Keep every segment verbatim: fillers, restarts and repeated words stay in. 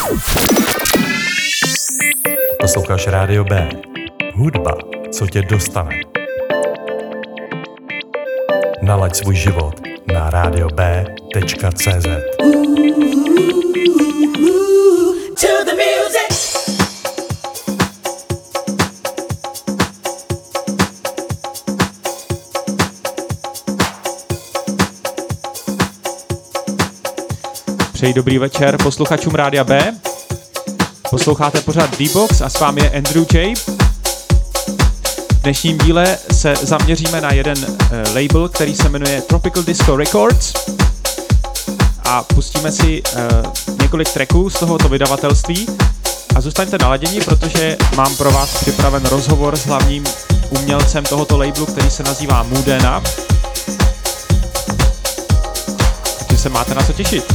Posloucháš Rádio B. Hudba, co tě dostane. Nalaď svůj život na radio b tečka cé zet. Přeji dobrý večer posluchačům Rádia B. Posloucháte pořád D-Box a s vámi je Andrew J. V dnešním díle se zaměříme na jeden uh, label, který se jmenuje Tropical Disco Records a pustíme si uh, několik tracků z tohoto vydavatelství a zůstaňte naladěni, protože mám pro vás připraven rozhovor s hlavním umělcem tohoto labelu, který se nazývá Moodena. Takže se máte na co těšit.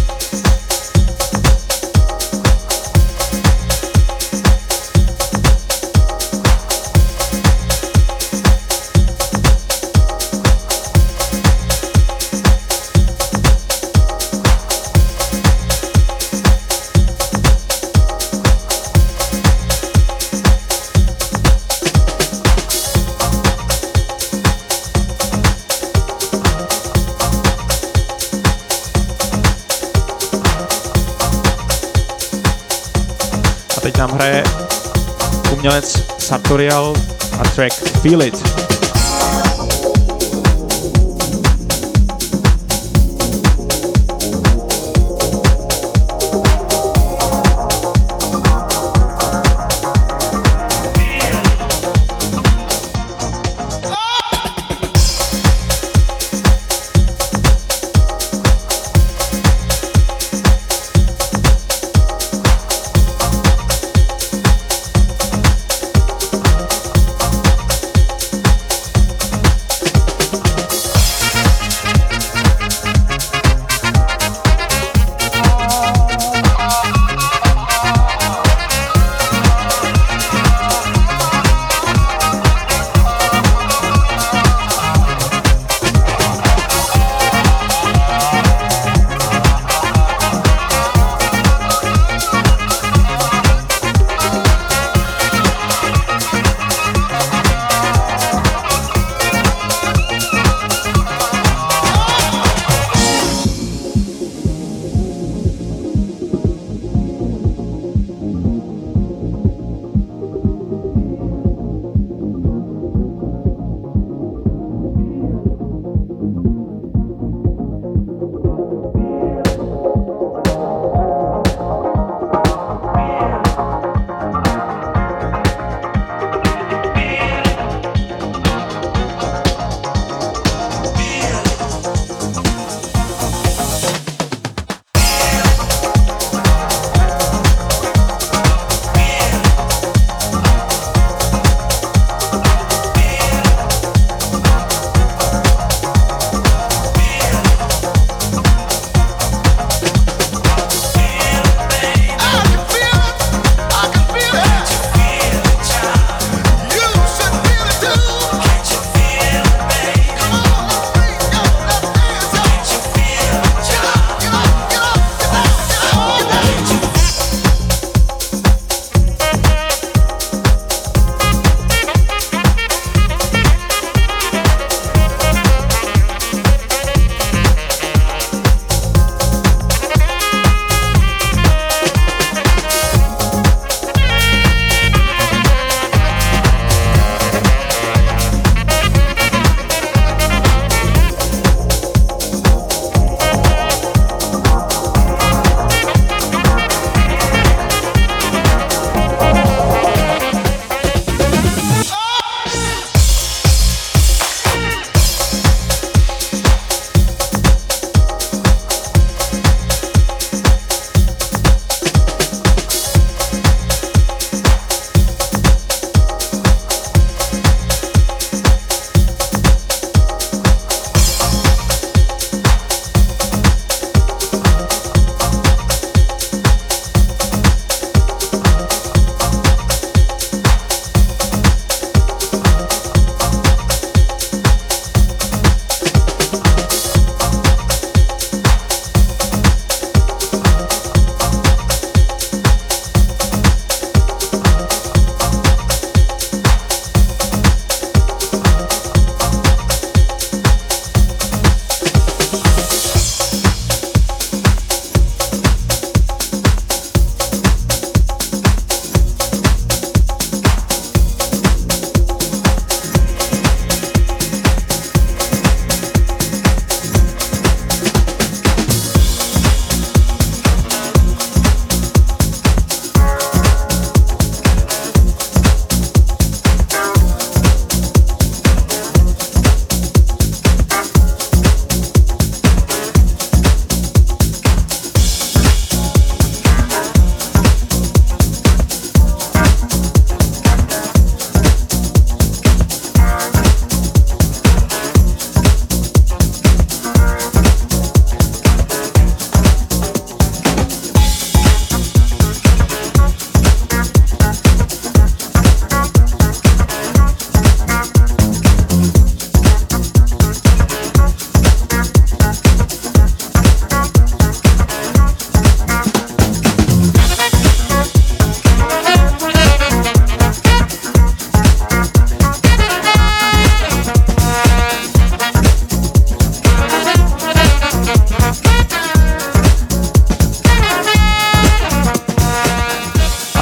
Teď nám hraje umělec Sartorial a track Feel It.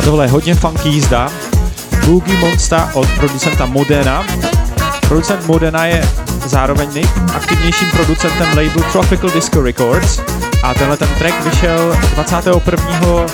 tohle je hodně funky jízda. Boogie Monster od producenta Modena. Producent Modena je zároveň nejaktivnějším producentem labelu Tropical Disco Records a tenhle ten track vyšel dvacátého prvního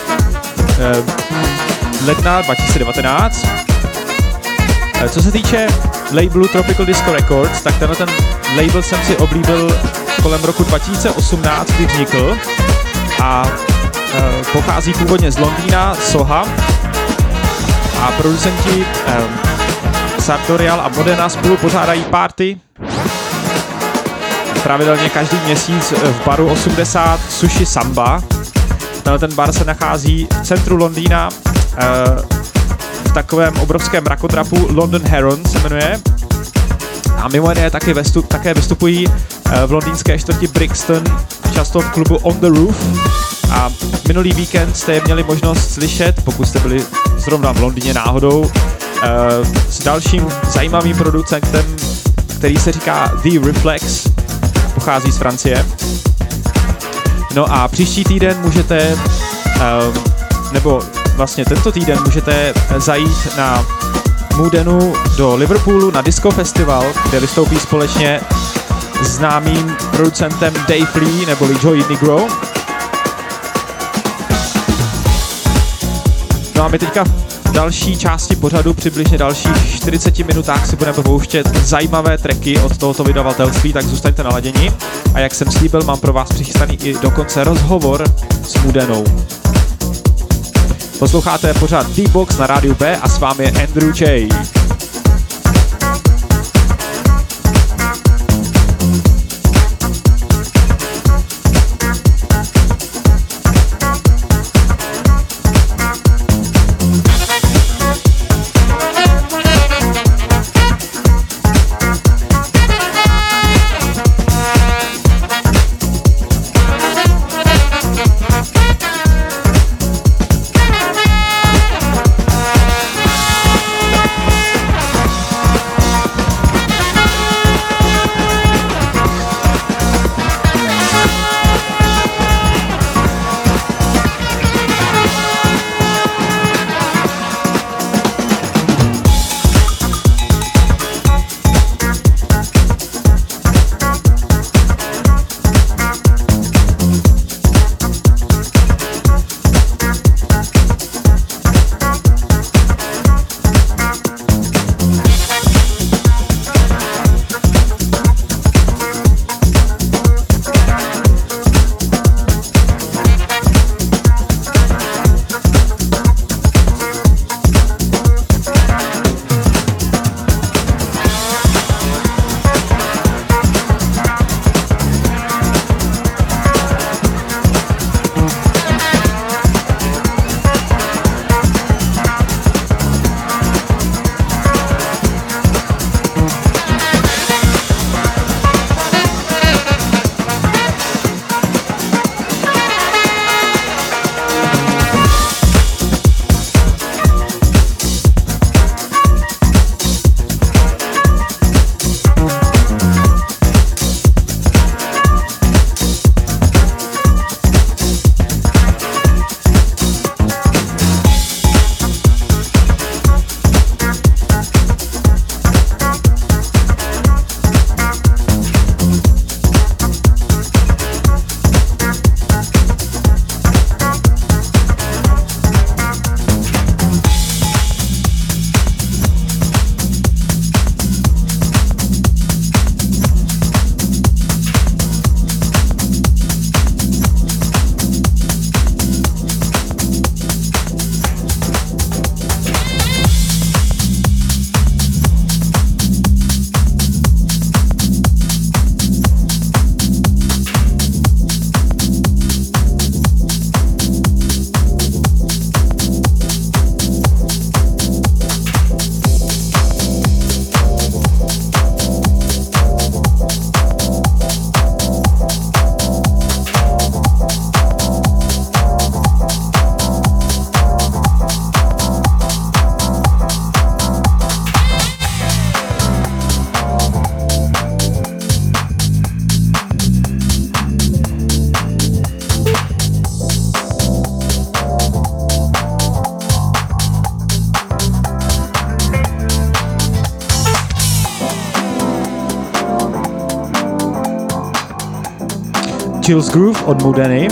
ledna dva tisíce devatenáct. Co se týče labelu Tropical Disco Records, tak tenhle ten label jsem si oblíbil kolem roku dva tisíce osmnáct, kdy vznikl a e, pochází původně z Londýna, Soha, a producenti e, Sartorial a Modena spolu pořádají party pravidelně každý měsíc v baru osmdesát Sushi Samba. Tenhle ten bar se nachází v centru Londýna, e, v takovém obrovském mrakodrapu, London Heron se jmenuje. A mimo jiné taky vestup, také vystupují v londýnské čtvrti Brixton, často v klubu On The Roof. A minulý víkend jste je měli možnost slyšet, pokud jste byli zrovna v Londýně náhodou, s dalším zajímavým producentem, který se říká The Reflex, pochází z Francie. No a příští týden můžete, nebo vlastně tento týden můžete zajít na Modenu do Liverpoolu na disco festival, kde vystoupí společně s známým producentem Dave Lee neboli Joey Negro. No a my teďka v další části pořadu, přibližně dalších čtyřiceti minutách, si budeme pouštět zajímavé tracky od tohoto vydavatelství, tak zůstaňte naladěni. A jak jsem slíbil, mám pro vás přichystaný i dokonce rozhovor s Modenou. Posloucháte pořád D-Box na rádiu B a s vámi je Andrew J. Angel's Groove od Mudeny.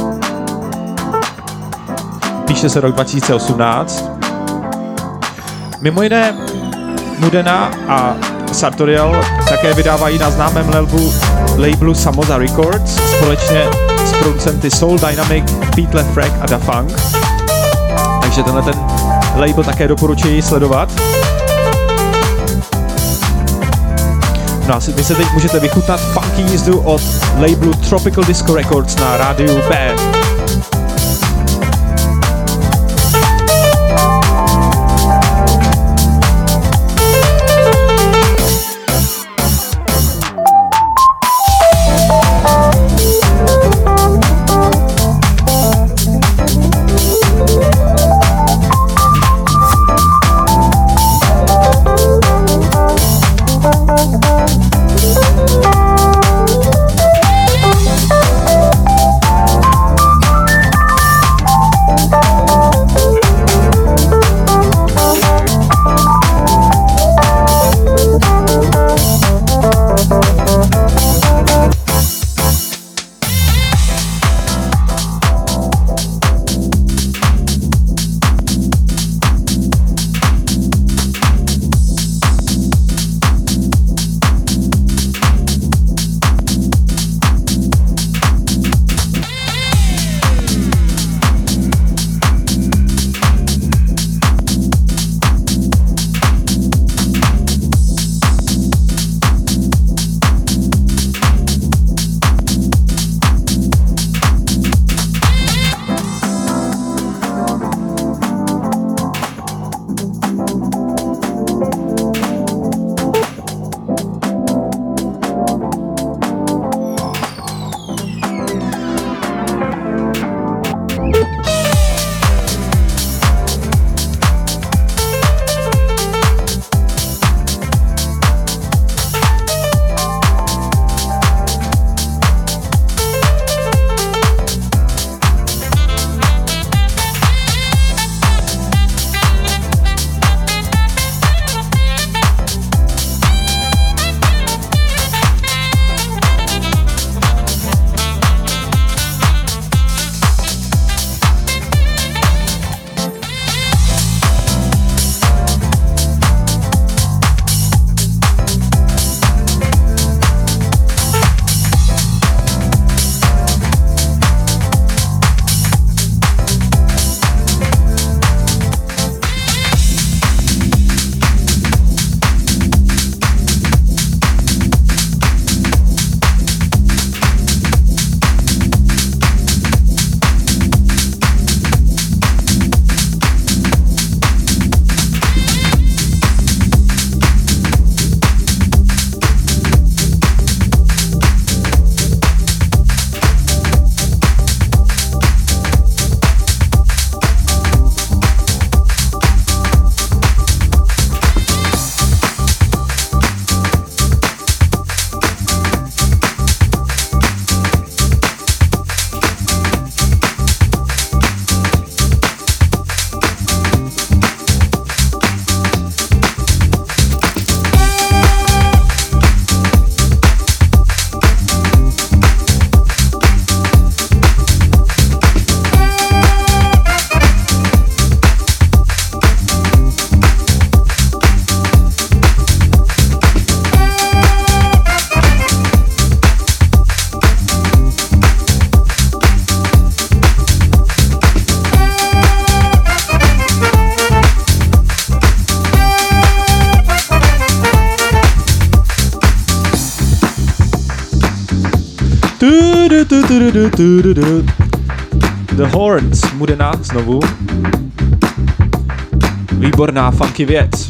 Píše se rok dva tisíce osmnáct. Mimo jiné Mudena a Sartorial také vydávají na známém labelu, labelu Samoza Records společně s producenty Soul Dynamic, Pete LeFrak a Da Funk. Takže tenhle ten label také doporučuji sledovat. No a vy se teď můžete vychutnat funky jízdu od labelu Tropical Disco Records na rádiu B. The Horns, Mudena znovu. Výborná funky věc.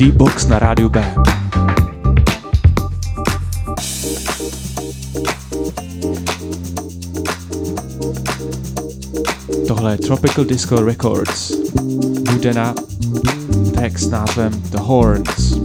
D-Box na rádiu B. Tohle je Tropical Disco Records. Budena, track s názvem The Horns.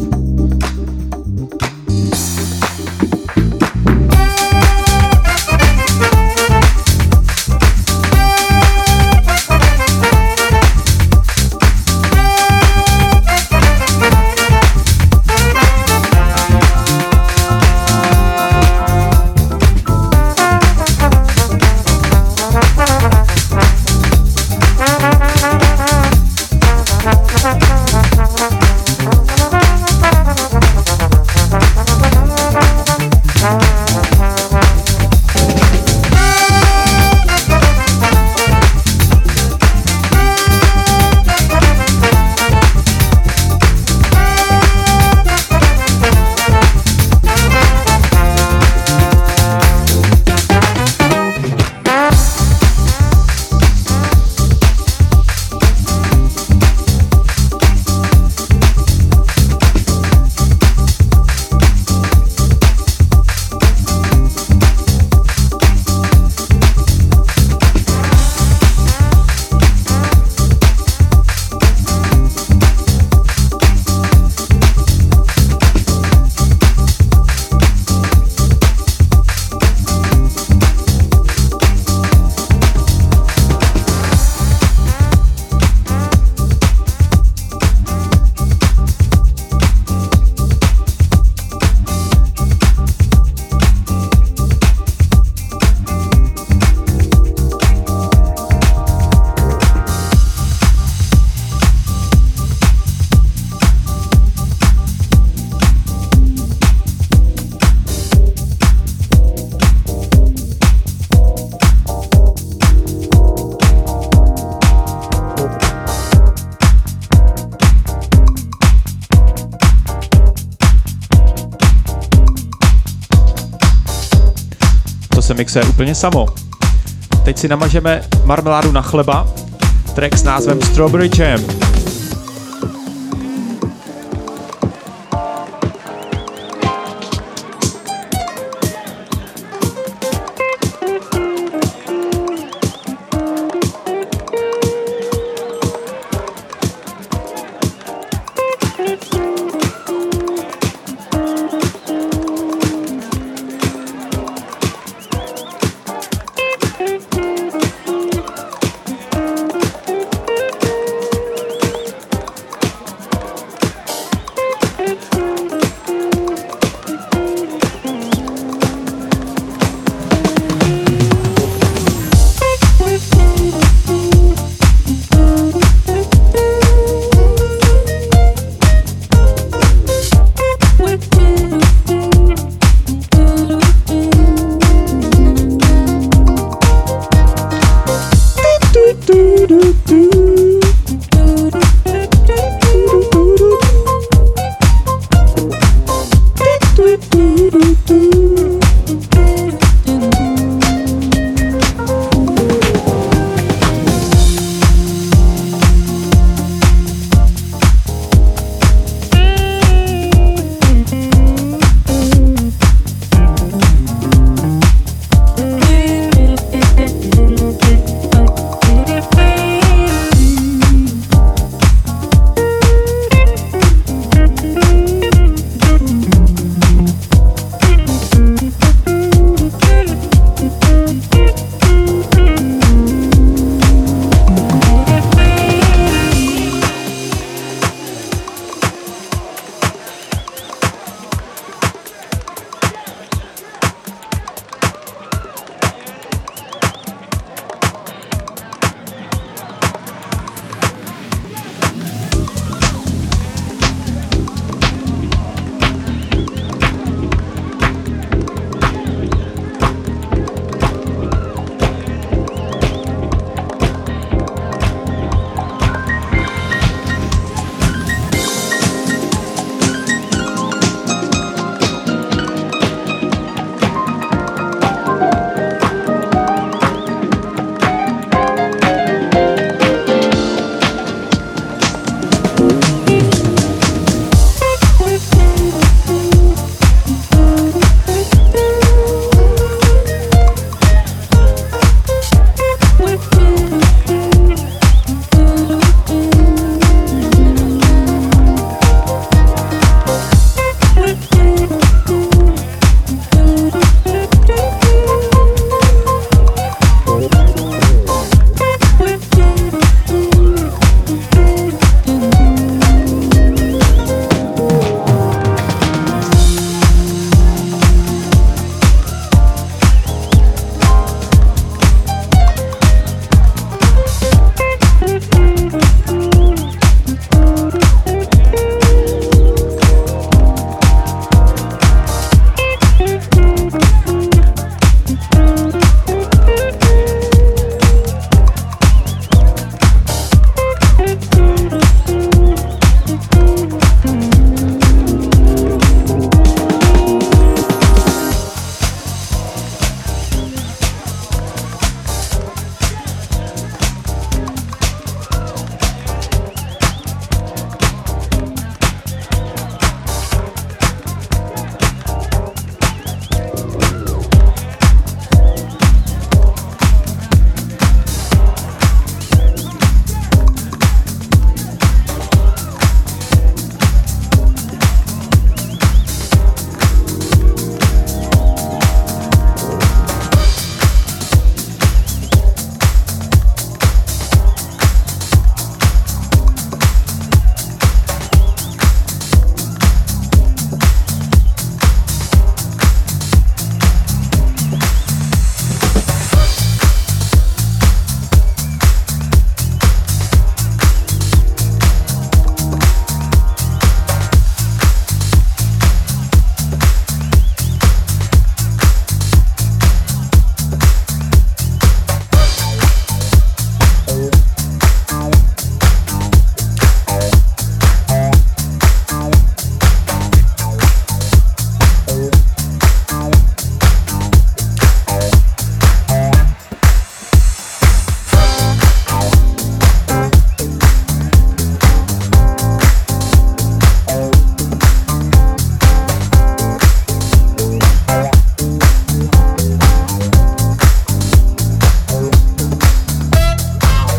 Se mixe úplně samo. Teď si namažeme marmeládu na chleba, track s názvem Strawberry Jam.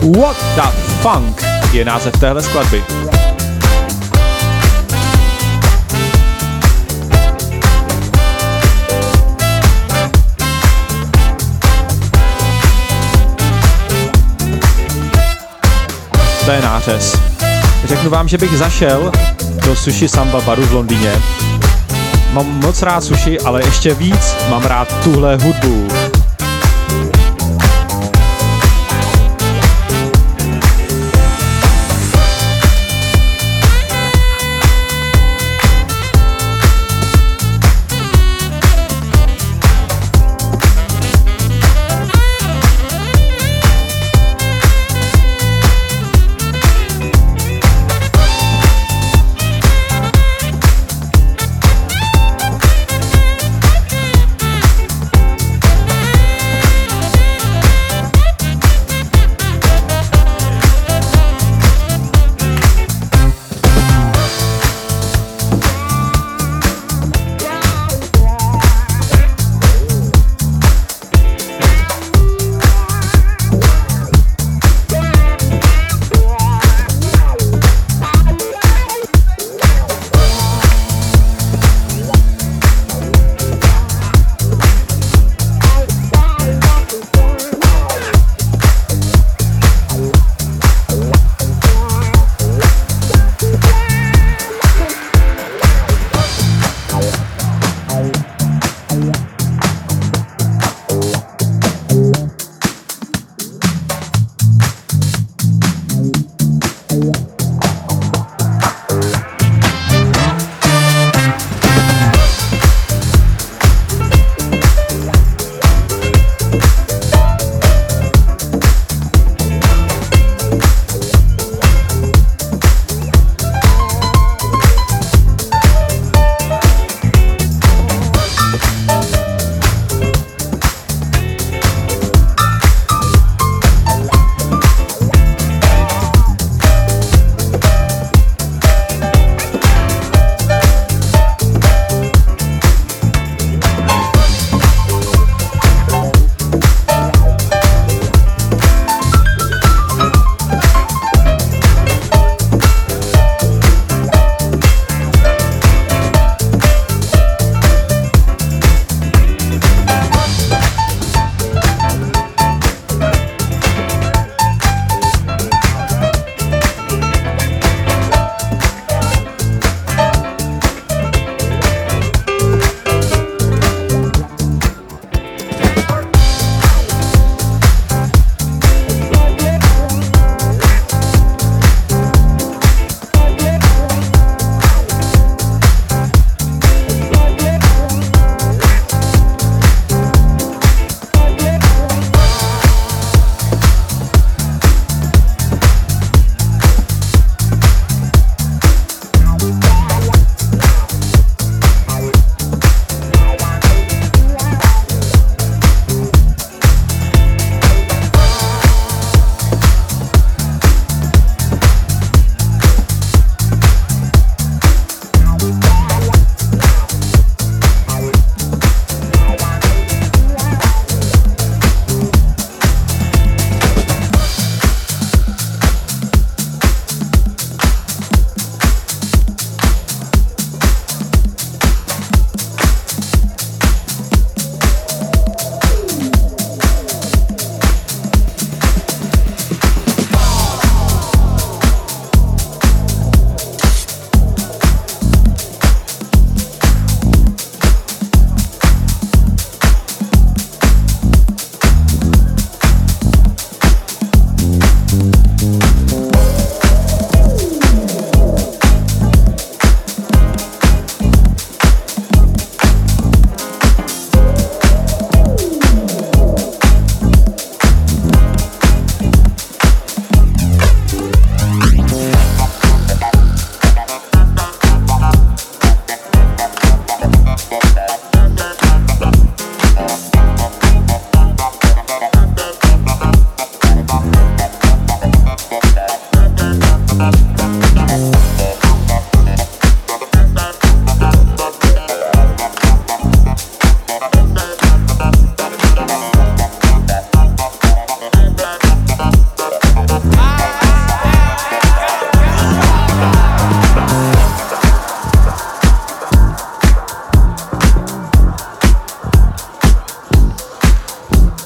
What the Funk je název téhle skladby. To je nářez. Řeknu vám, že bych zašel do Sushi Samba baru v Londýně. Mám moc rád sushi, ale ještě víc mám rád tuhle hudbu.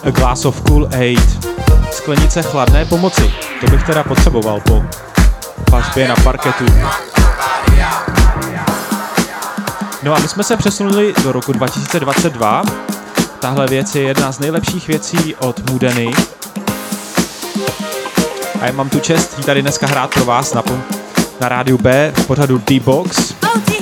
A Glass of Cool Aid. Sklenice chladné pomoci. To bych teda potřeboval po pařbě na parketu. No a my jsme se přesunuli do roku dva tisíce dvacet dva. Tahle věc je jedna z nejlepších věcí od Mudeny. A já mám tu čest ji tady dneska hrát pro vás na, na rádiu B v pořadu D-Box.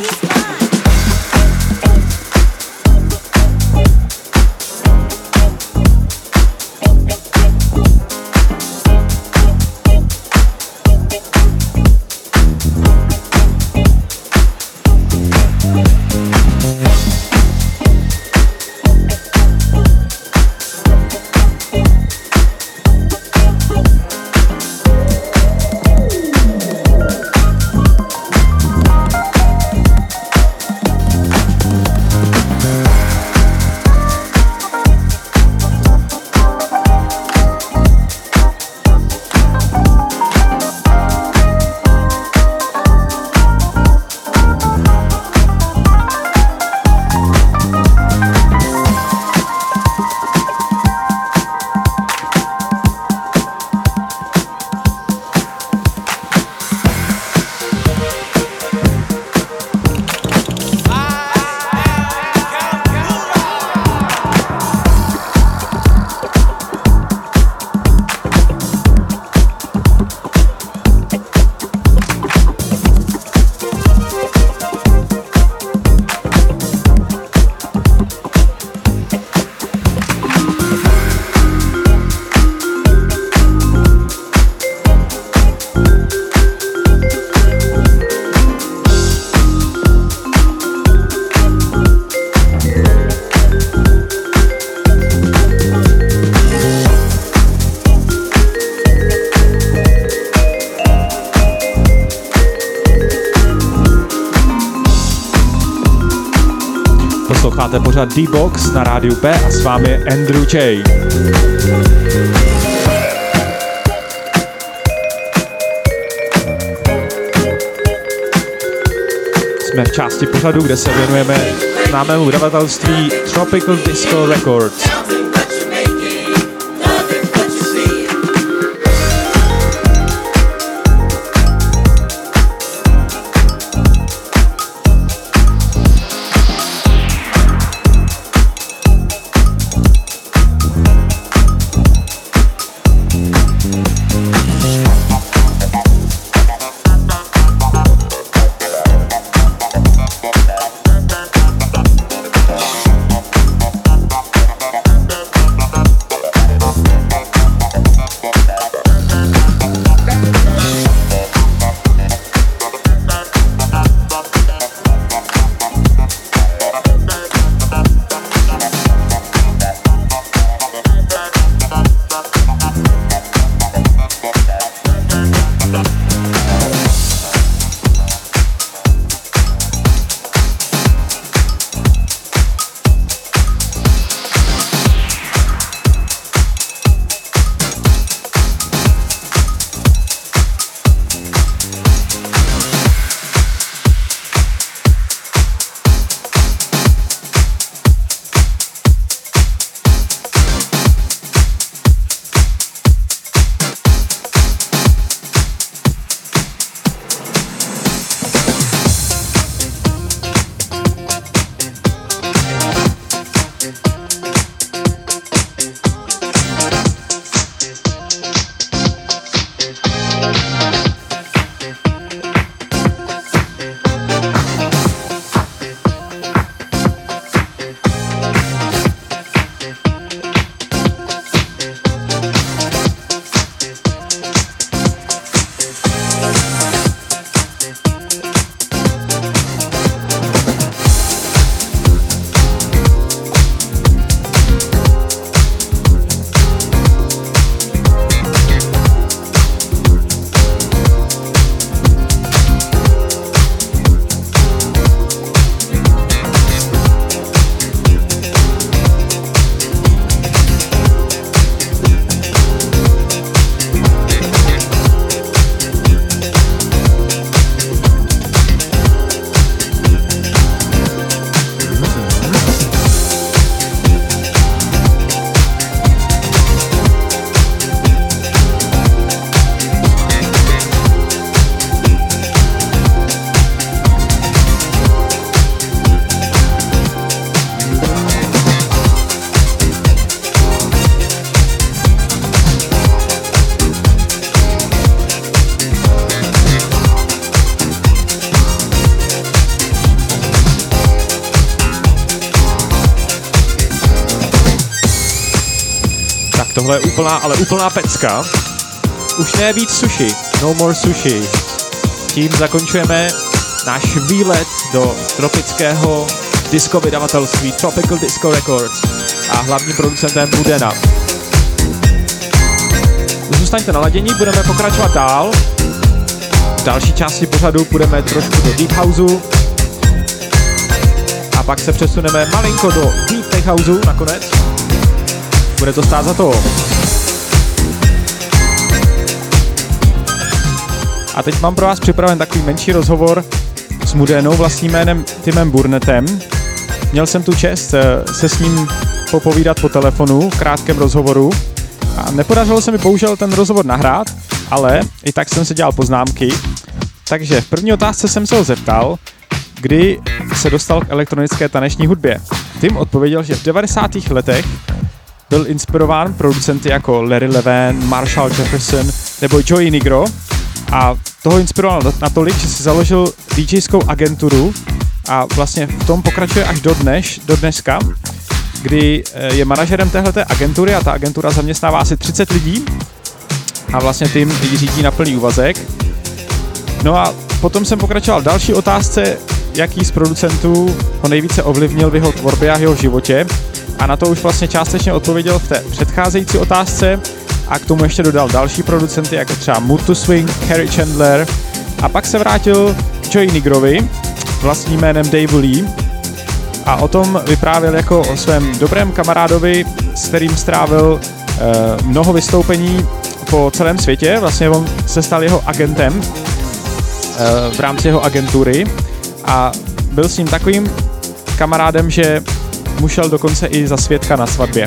Posloucháte pořád D-Box na rádiu B a s vámi je Andrew J. Jsme v části pořadu, kde se věnujeme známému vydavatelství Tropical Disco Records. Tak tohle je úplná, ale úplná pecka. Už ne víc sushi, no more sushi. Tím zakončujeme náš výlet do tropického disco vydavatelství Tropical Disco Records a hlavním producentem Mudena. Zůstaňte naladění, budeme pokračovat dál. V další části pořadu půjdeme trošku do Deep Houseu a pak se přesuneme malinko do Deep Tech Houseu nakonec. Bude to stát za to. A teď mám pro vás připraven takový menší rozhovor s Mudenou, vlastním jménem Timem Burnettem. Měl jsem tu čest se s ním popovídat po telefonu v krátkém rozhovoru a nepodařilo se mi bohužel ten rozhovor nahrát, ale i tak jsem si dělal poznámky. Takže v první otázce jsem se ho zeptal, kdy se dostal k elektronické taneční hudbě. Tim odpověděl, že v devadesátých letech byl inspirován producenty jako Larry Levan, Marshall Jefferson nebo Joey Negro a toho inspiroval natolik, že si založil DJskou agenturu a vlastně v tom pokračuje až do, dneš, do dneska, kdy je manažerem téhleté agentury a ta agentura zaměstnává asi třicet lidí a vlastně Tim ji řídí na plný úvazek. No a potom jsem pokračoval v další otázce, jaký z producentů ho nejvíce ovlivnil v jeho tvorbě a jeho životě a na to už vlastně částečně odpověděl v té předcházející otázce a k tomu ještě dodal další producenty, jako třeba Mood to Swing, Harry Chandler a pak se vrátil Joey Negrovi vlastním jménem Dave Lee a o tom vyprávěl jako o svém dobrém kamarádovi, s kterým strávil eh, mnoho vystoupení po celém světě. Vlastně on se stal jeho agentem eh, v rámci jeho agentury a byl s ním takovým kamarádem, že mu šel dokonce i za svědka na svatbě.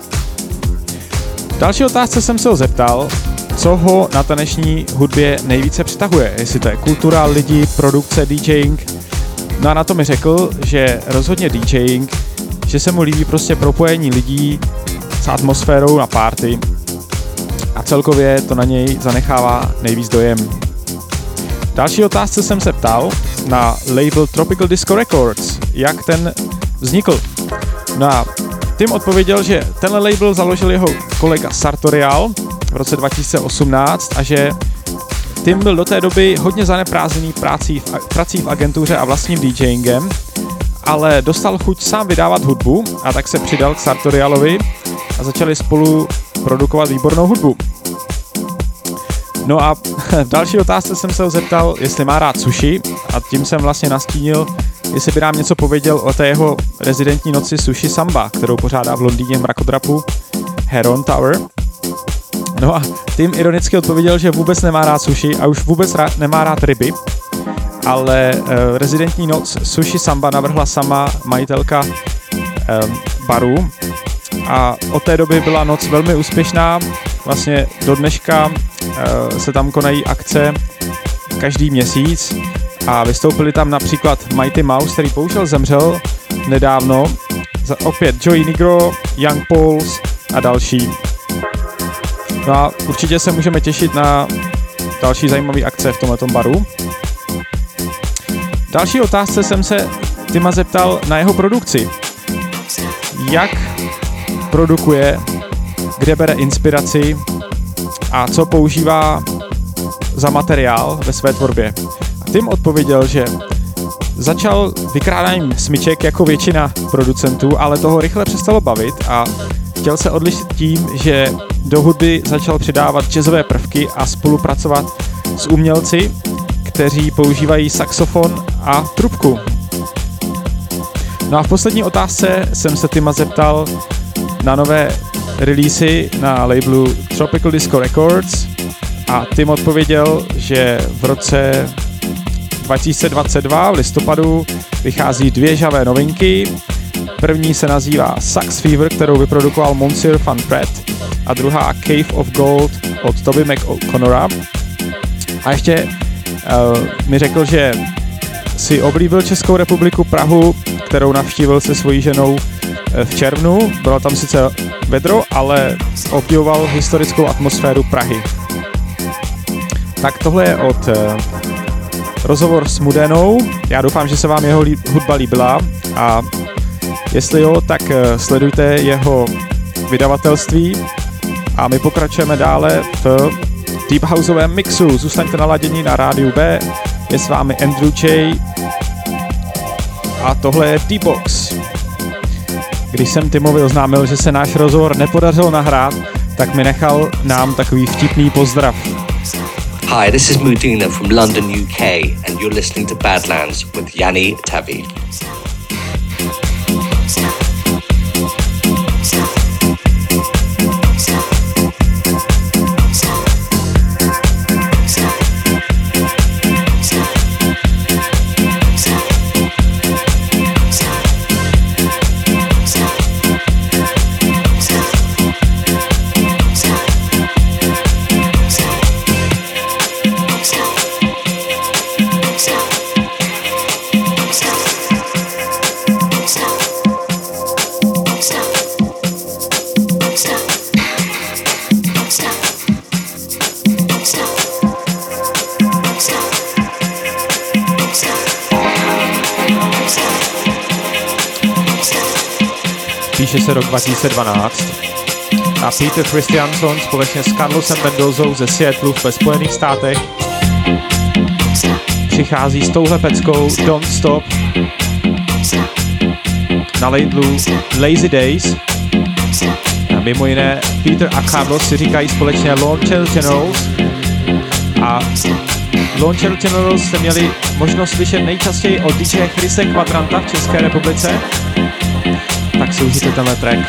V další otázce jsem se ho zeptal, co ho na taneční hudbě nejvíce přitahuje. Jestli to je kultura, lidi, produkce, DJing. No a na to mi řekl, že rozhodně DJing, že se mu líbí prostě propojení lidí s atmosférou na party a celkově to na něj zanechává nejvíc dojem. V další otázce jsem se ptal na label Tropical Disco Records, jak ten vznikl. No a Tim odpověděl, že tenhle label založil jeho kolega Sartorial v roce dva tisíce osmnáct a že Tim byl do té doby hodně zaneprázdněný prací v, prací v agentuře a vlastním DJingem, ale dostal chuť sám vydávat hudbu a tak se přidal k Sartorialovi a začali spolu produkovat výbornou hudbu. No a v další otázce jsem se ho zeptal, jestli má rád sushi a tím jsem vlastně nastínil, jestli by nám něco pověděl o té jeho rezidentní noci Sushi Samba, kterou pořádá v Londýně v mrakodrapu Heron Tower. No a Tim ironicky odpověděl, že vůbec nemá rád sushi a už vůbec rád, nemá rád ryby, ale uh, rezidentní noc Sushi Samba navrhla sama majitelka um, baru a od té doby byla noc velmi úspěšná. Vlastně do dneška uh, se tam konají akce každý měsíc a vystoupili tam například Mighty Mouse, který bohužel zemřel nedávno, za opět Joey Negro, Young Pauls a další. No a určitě se můžeme těšit na další zajímavé akce v tomhletom baru. V další otázce jsem se Tima zeptal na jeho produkci. Jak produkuje, kde bere inspiraci a co používá za materiál ve své tvorbě. A Tim odpověděl, že začal vykrádáním smyček jako většina producentů, ale toho rychle přestalo bavit a chtěl se odlišit tím, že do hudby začal přidávat jazzové prvky a spolupracovat s umělci, kteří používají saxofon a trubku. No a v poslední otázce jsem se Tima zeptal na nové releasy na labelu Tropical Disco Records a Tim odpověděl, že v roce dva tisíce dvacet dva v listopadu vychází dvě žavé novinky. První se nazývá Sax Fever, kterou vyprodukoval Monsieur Van Pratt a druhá Cave of Gold od Toby McConnora. A ještě uh, mi řekl, že si oblíbil Českou republiku Prahu, kterou navštívil se svojí ženou v červnu. Bylo tam sice vedro, ale obdivoval historickou atmosféru Prahy. Tak tohle je od uh, rozhovor s Mudenou. Já doufám, že se vám jeho lí- hudba líbila a jestli jo, tak uh, sledujte jeho vydavatelství A my pokračujeme dále v Deep Houseovém mixu. Zůstaňte naladění na rádiu B. Je s vámi Andrew J. A tohle je D-Box. Když jsem Timovi oznámil, že se náš rozhovor nepodařilo nahrát, tak mi nechal nám takový vtipný pozdrav. Hi, this is Mudina from London, U K, and you're listening to Badlands with Yanni Tavi. Píše se rok dva tisíce dvanáct a Peter Christianson společně s Carlosem Mendozou ze Seattlu ve Spojených státech přichází s touhle peckou Don't Stop na labelu Lazy Days. A mimo jiné Peter a Carlos si říkají společně Launcher Generals a Launcher Generals jste měli možnost slyšet nejčastěji od D J Chrise Quadranta v České republice. Tak si užijte tenhle track.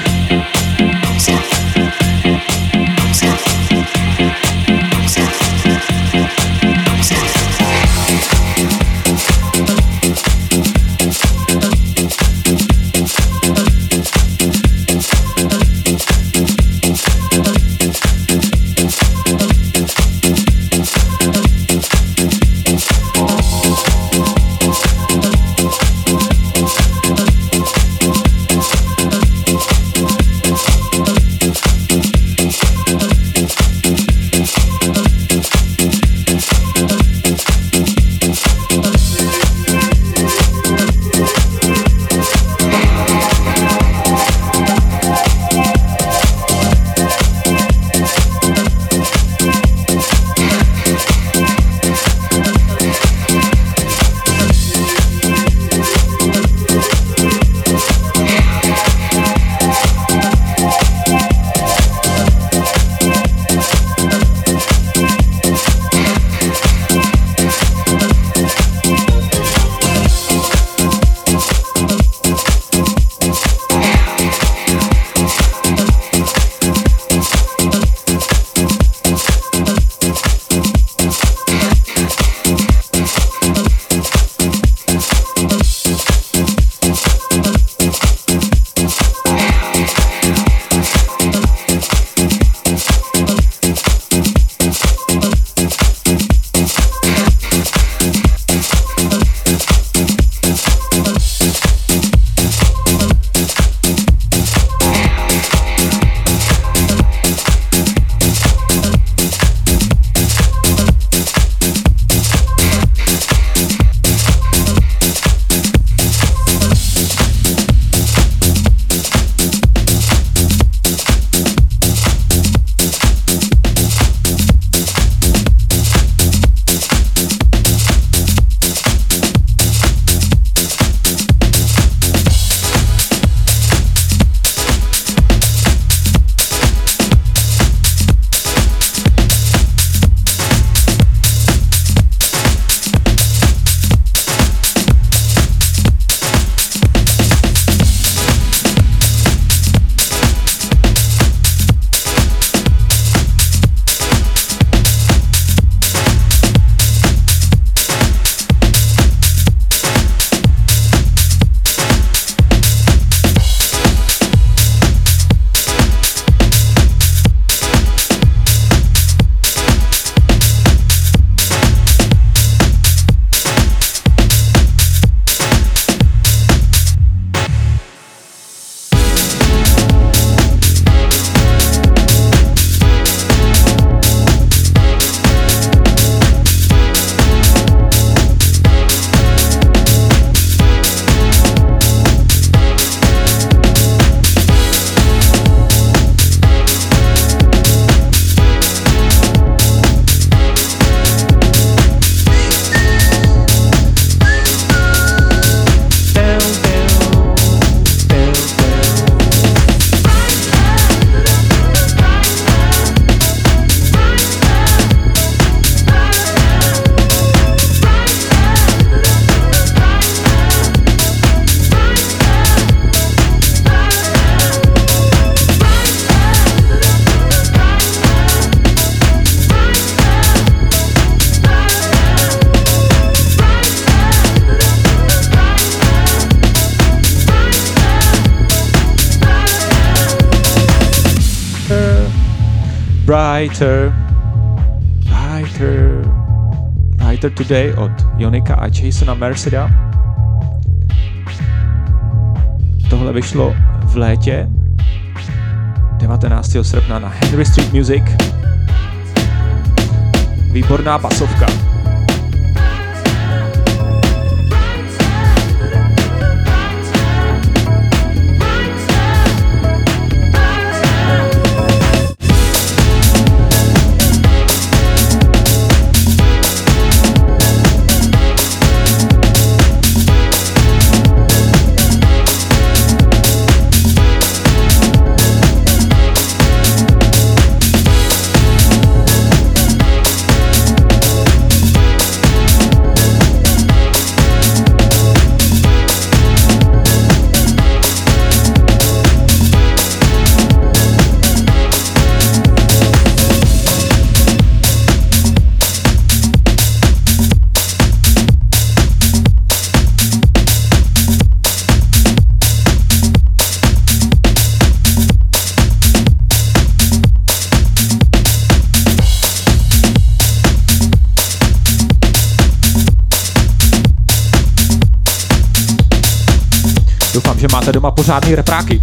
Brighter, Brighter, Brighter Today od Jonika a Jasona Merceda. Tohle vyšlo v létě devatenáctého srpna na Henry Street Music. Výborná basovka. Doufám, že máte doma pořádný repráky.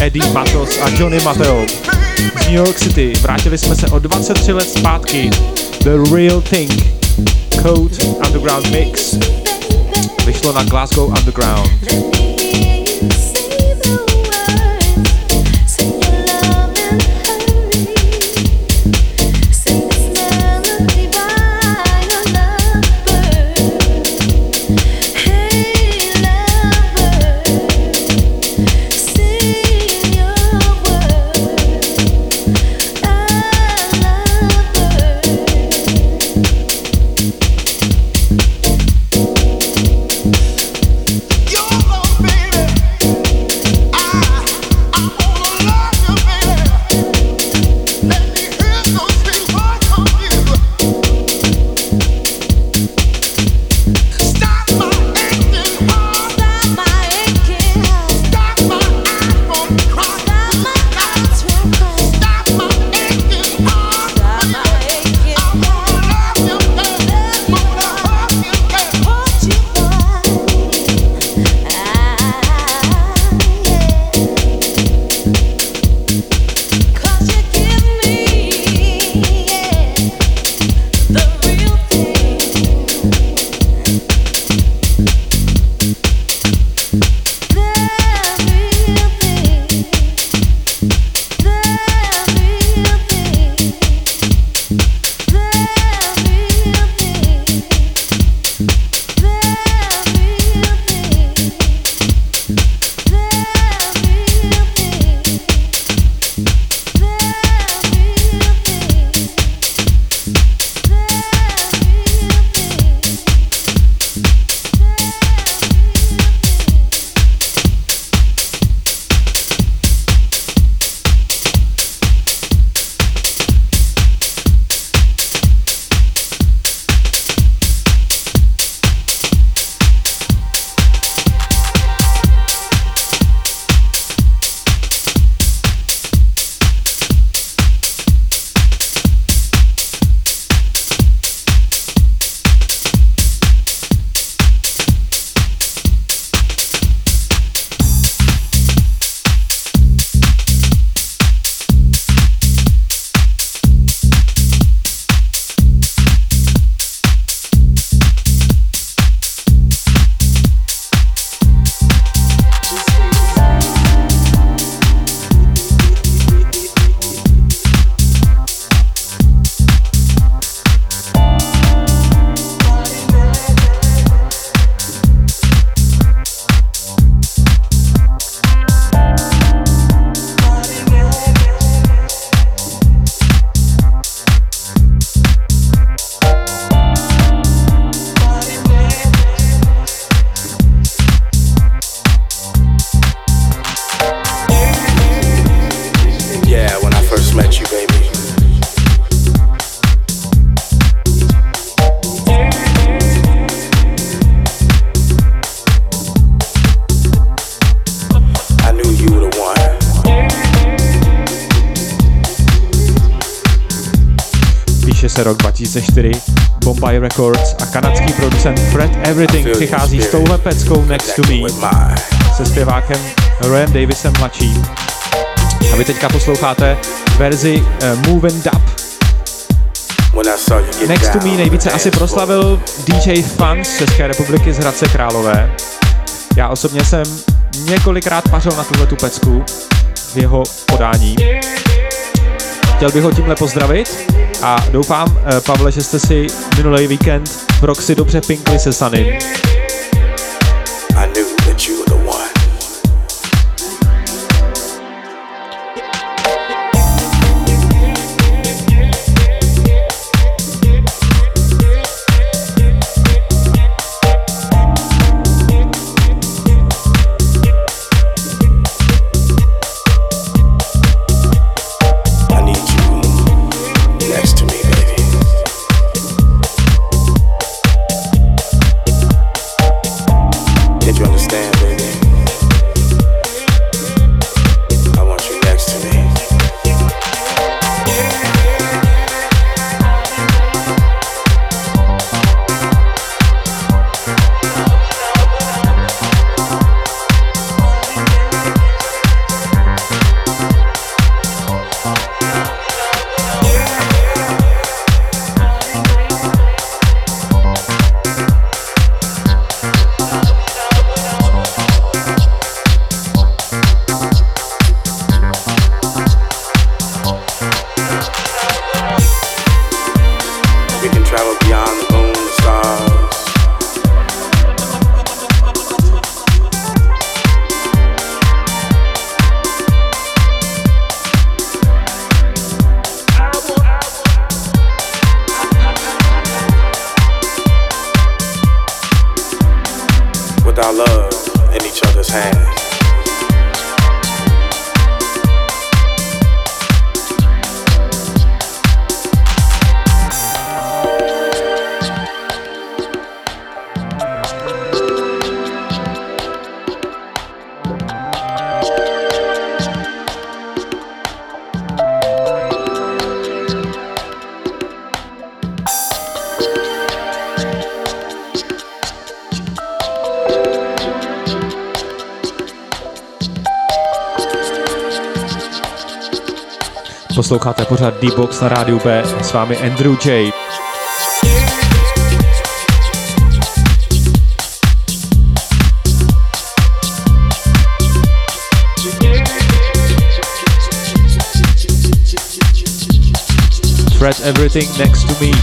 Eddie Matos a Johnny Mateo z New York City. Vrátili jsme se o dvacet tři let zpátky. The Real Thing, Code Underground Mix. Vyšlo na Glasgow Underground. Rok dva tisíce čtyři, Bombay Records a kanadský producent Fred Everything přichází s touhle peckou Next to Me se zpěvákem Royem Davisem mladším. A vy teďka posloucháte verzi uh, Move and Dub. Next to Me nejvíce asi proslavil D J Fun z České republiky z Hradce Králové. Já osobně jsem několikrát pařil na tuhletu pecku v jeho podání. Chtěl bych ho tímhle pozdravit a doufám, Pavle, že jste si minulý víkend v Roxy dobře pinkli se Sunnym. put our love in each other's hands. Posloucháte pořád D-Box na rádiu B, s vámi Andrew J. Spread everything next to me.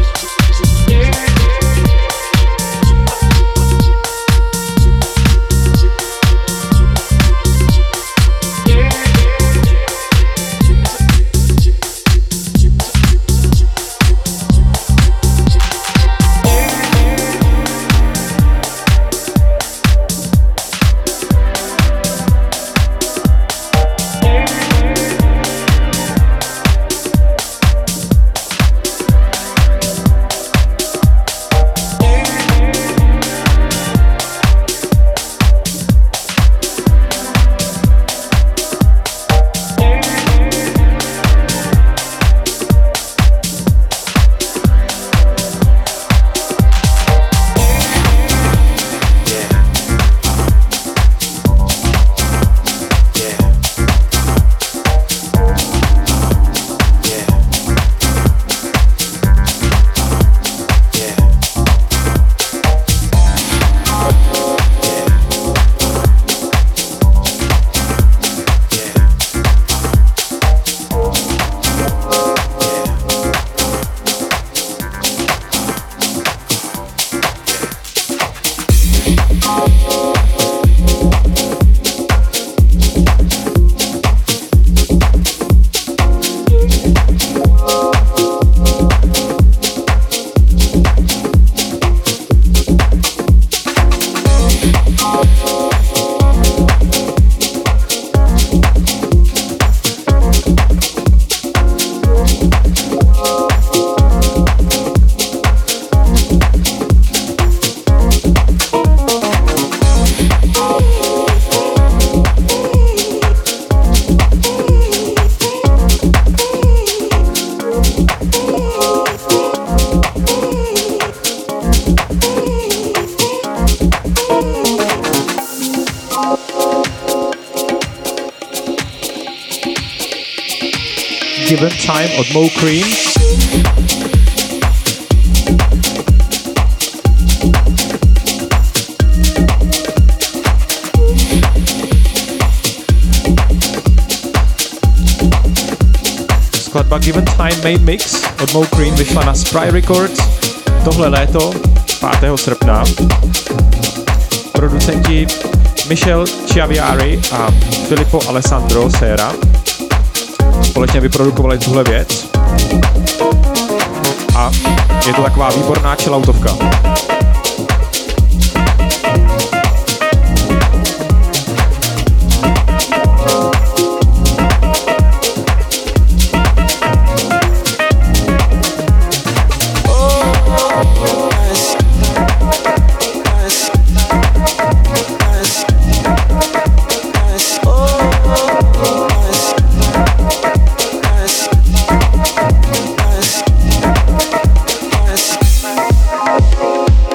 Given Time od Mo Cream. Skladba Given Time Made Mix od Mo Cream vyšla na Spry Records tohle léto, pátého srpna. Producenti Michel Chiaviari a Filippo Alessandro Sera společně vyprodukovali tuhle věc a je to taková výborná chilloutovka. Oh,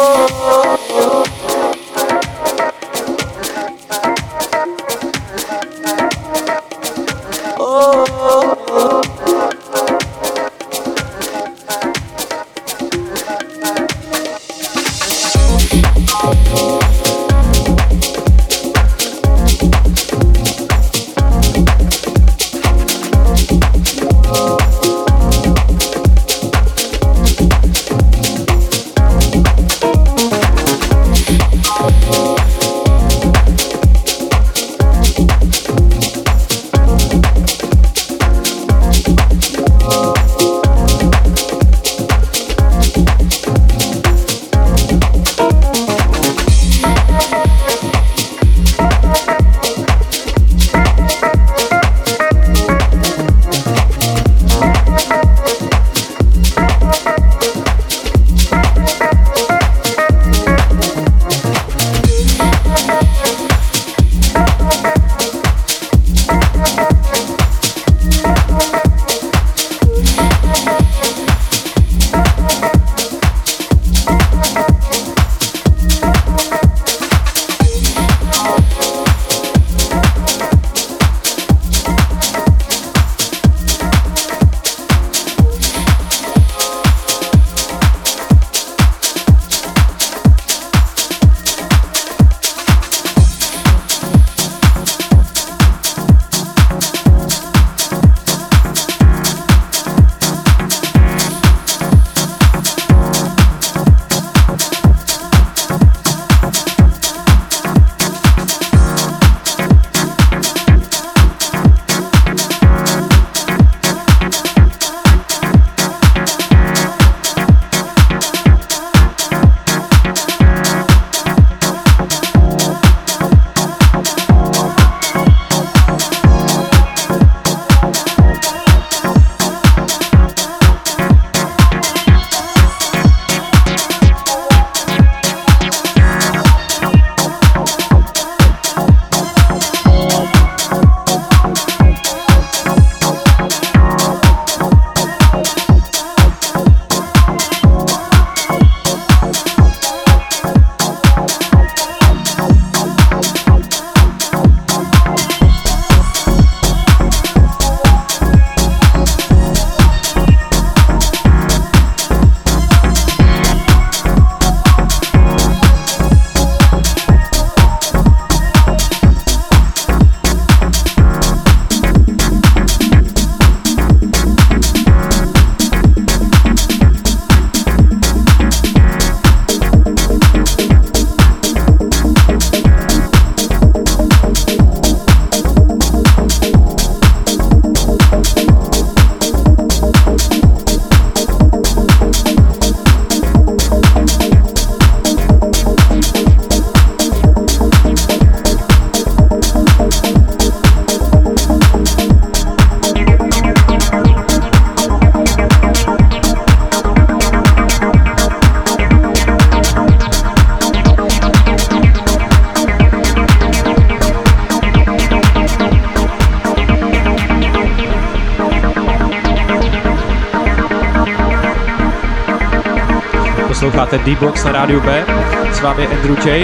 Posloucháte D-Box na rádiu B, s vámi je Andrew J.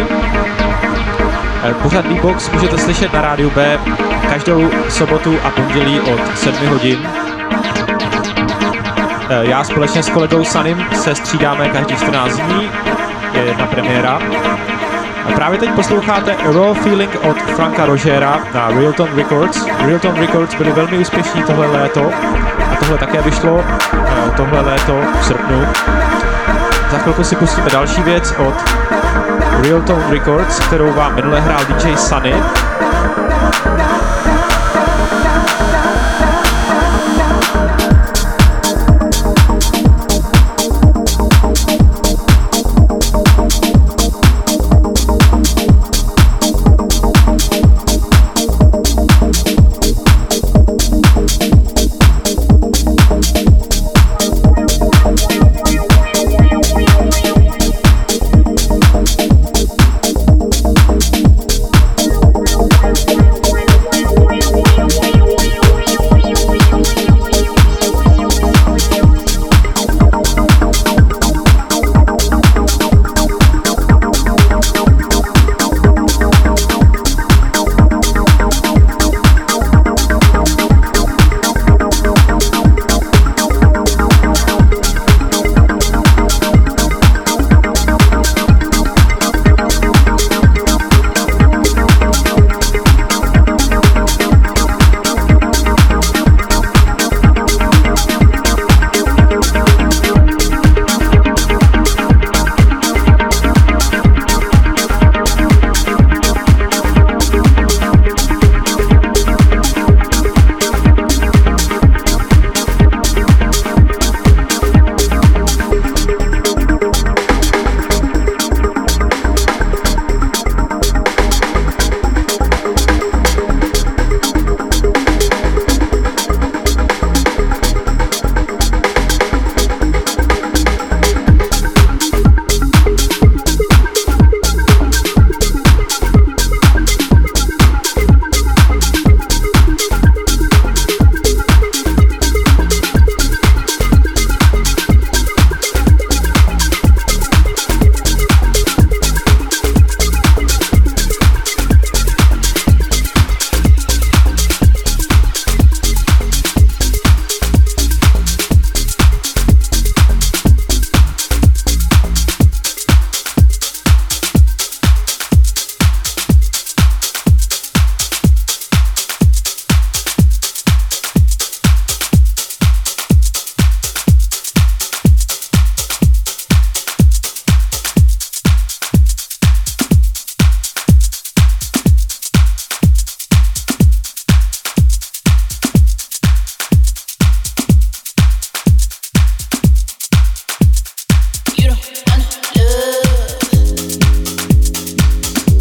Pořad D-Box můžete slyšet na rádiu B každou sobotu a pondělí od sedmi hodin. Já společně s kolegou Sanim se střídáme každý čtrnáct dní, je jedna premiéra. A právě teď posloucháte Raw Feeling od Franka Rogera na Realton Records. Realton Records byli velmi úspěšní tohle léto a tohle také vyšlo tohle léto v srpnu. Za chvilku si pustíme další věc od Realton Records, kterou vám minule hrál D J Sunny.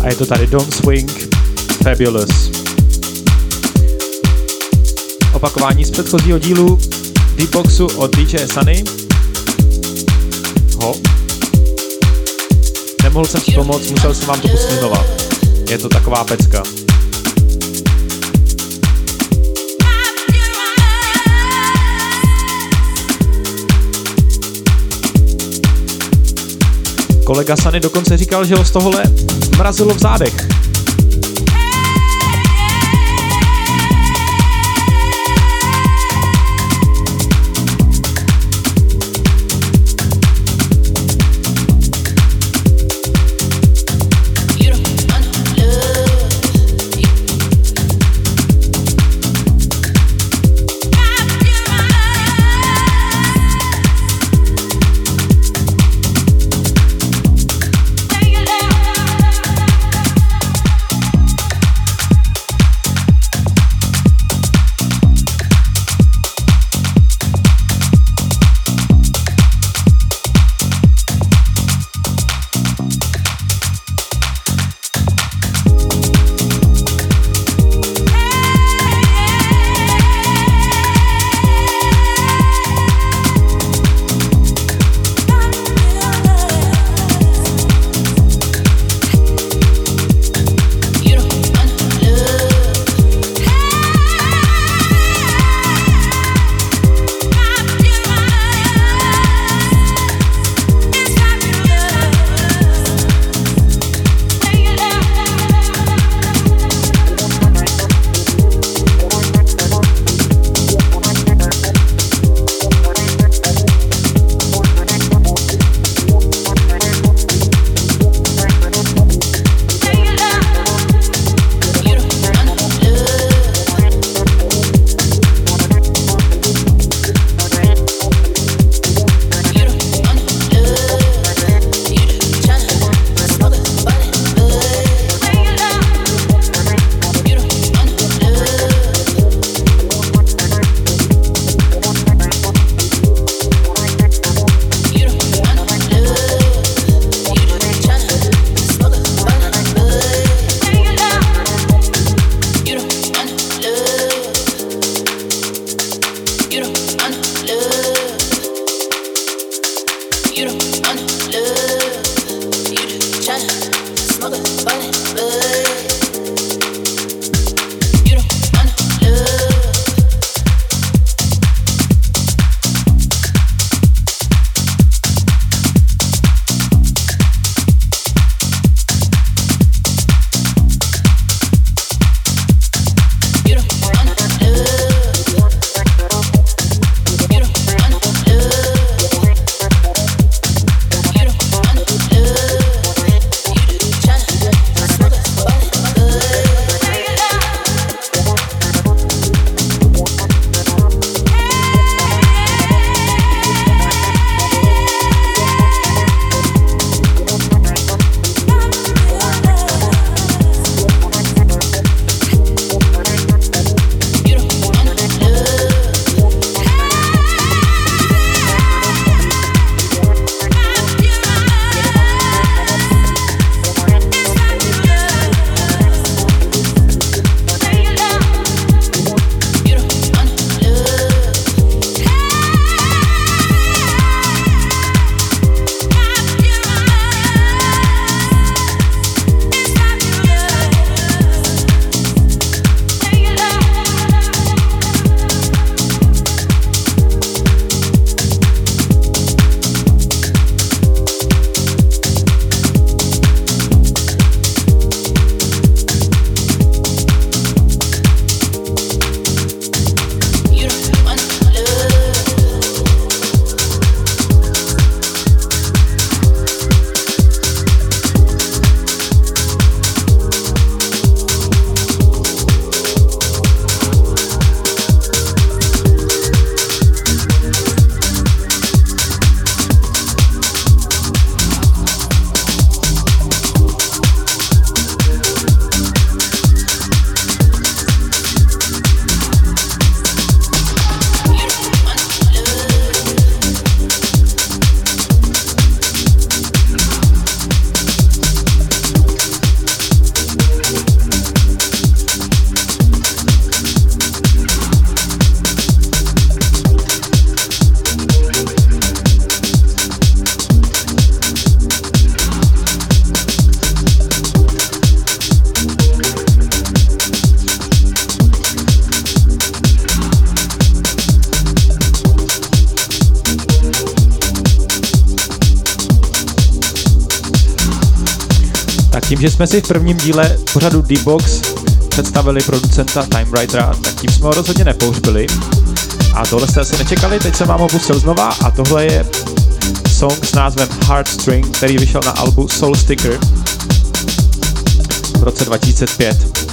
A je to tady Don't Swing, Fabulous. Opakování z předchozího dílu Deepboxu od D J Sunny. Ho. Nemohl jsem si pomoct, musel jsem vám to pustit znova. Je to taková pecka. Kolega Sunny dokonce říkal, že ho z tohohle mrazilo v zádech. tím, že jsme si v prvním díle pořadu D-Box představili producenta Time Writera, tak tím jsme ho rozhodně nepouhřbili. A tohle jste asi nečekali, teď jsem vám ho pustil znova a tohle je song s názvem Heartstring, který vyšel na albu Soul Sticker v roce dva tisíce pět.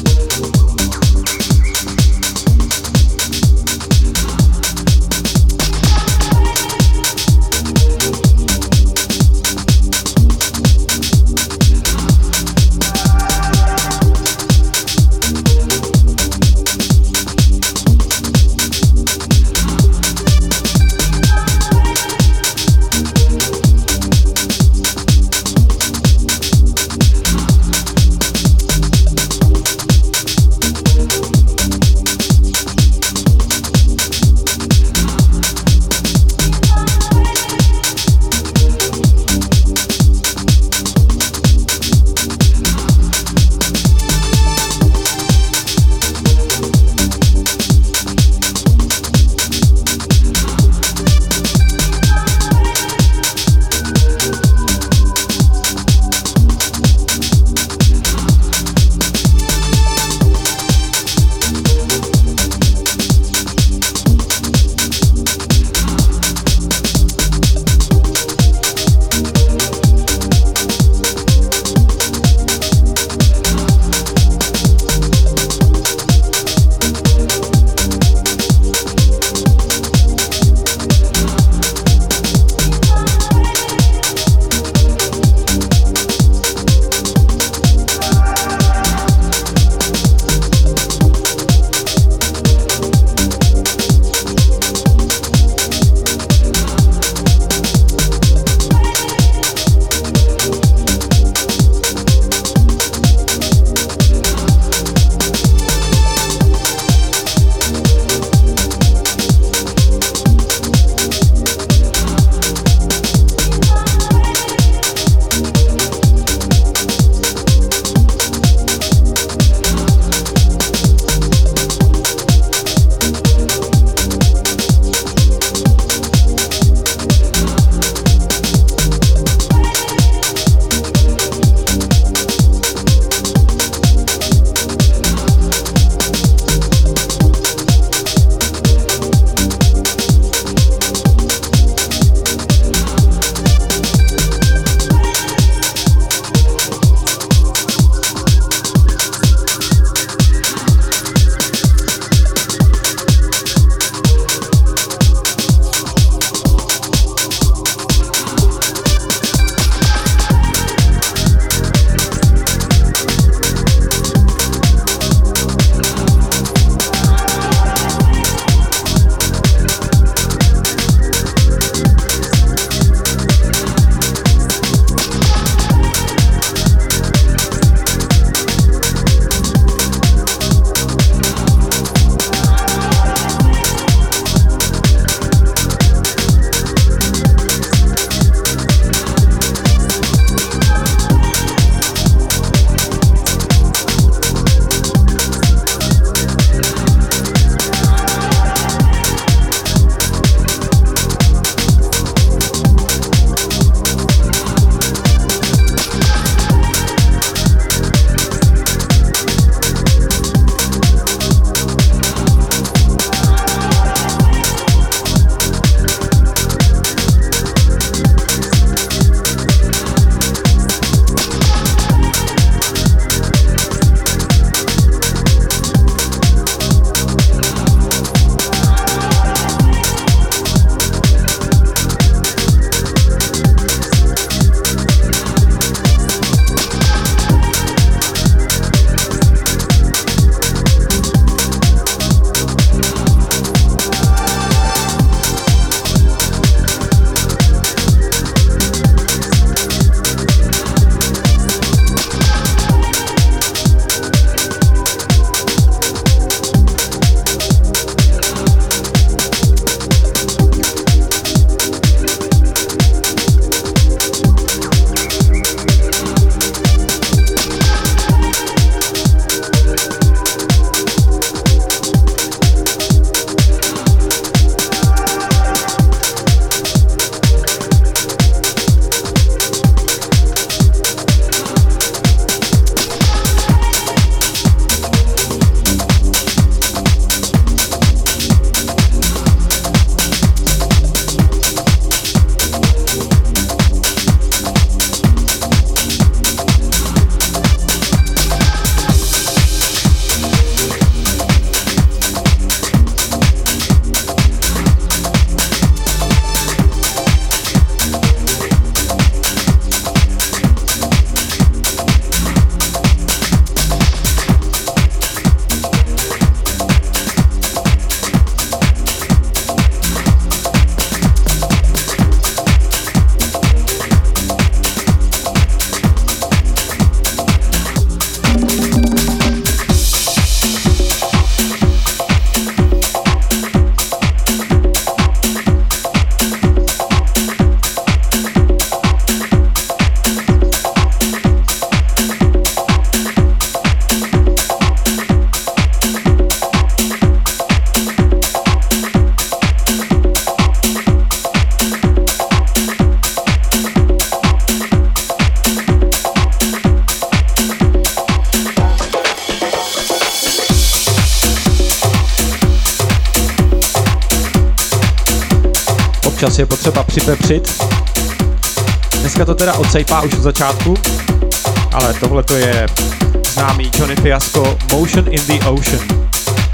občas je potřeba připepřit. Dneska to teda odsejpá už od začátku, ale tohle to je známý Johnny Fiasco Motion in the Ocean.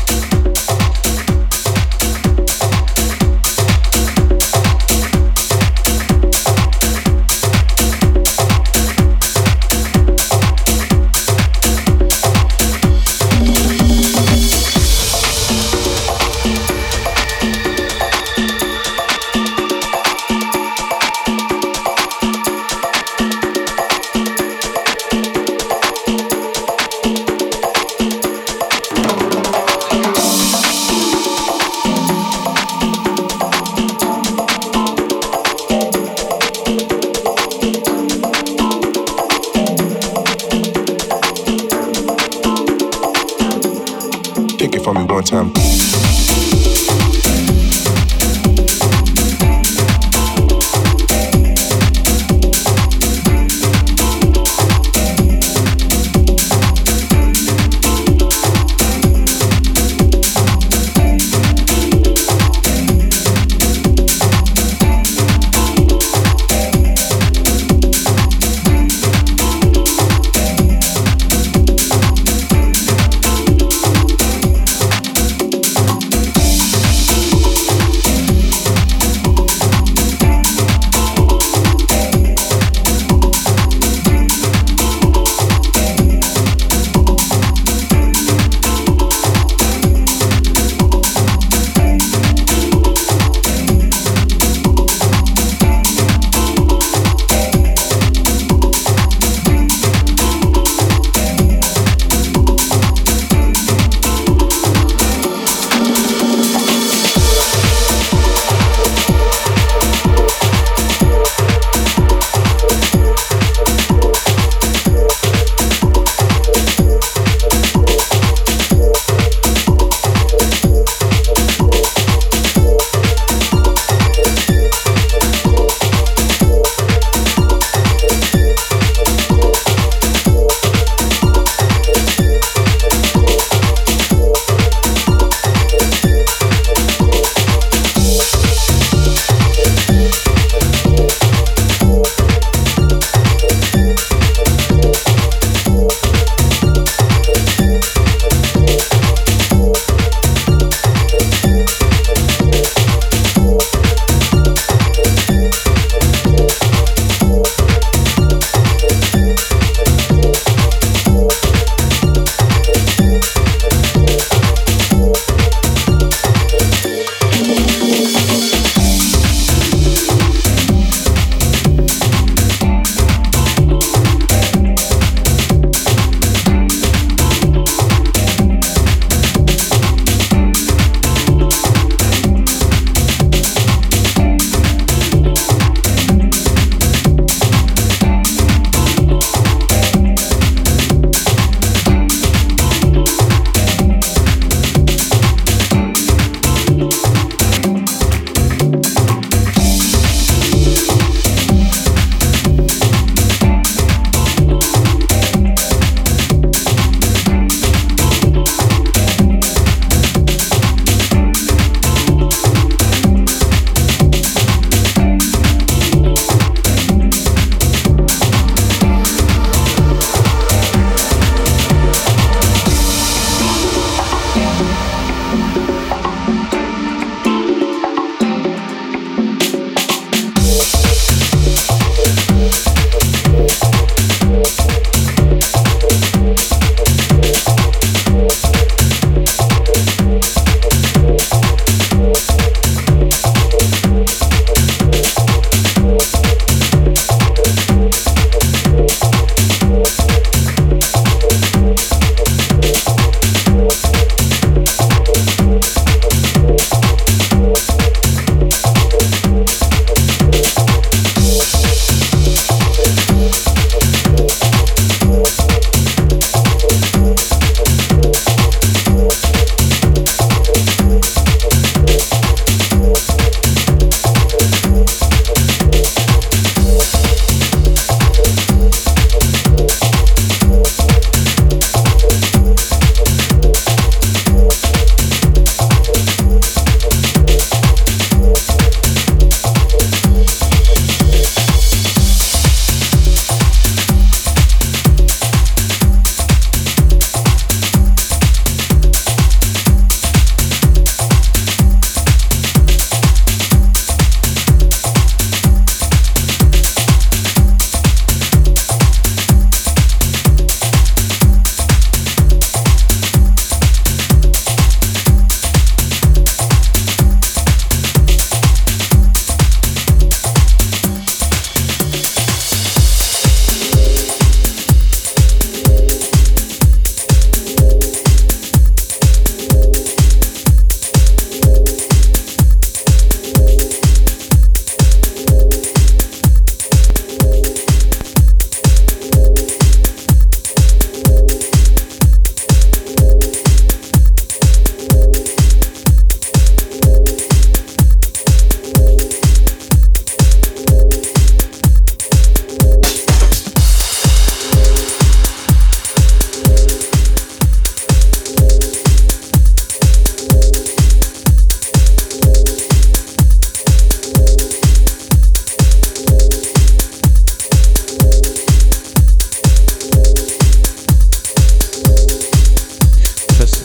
Time.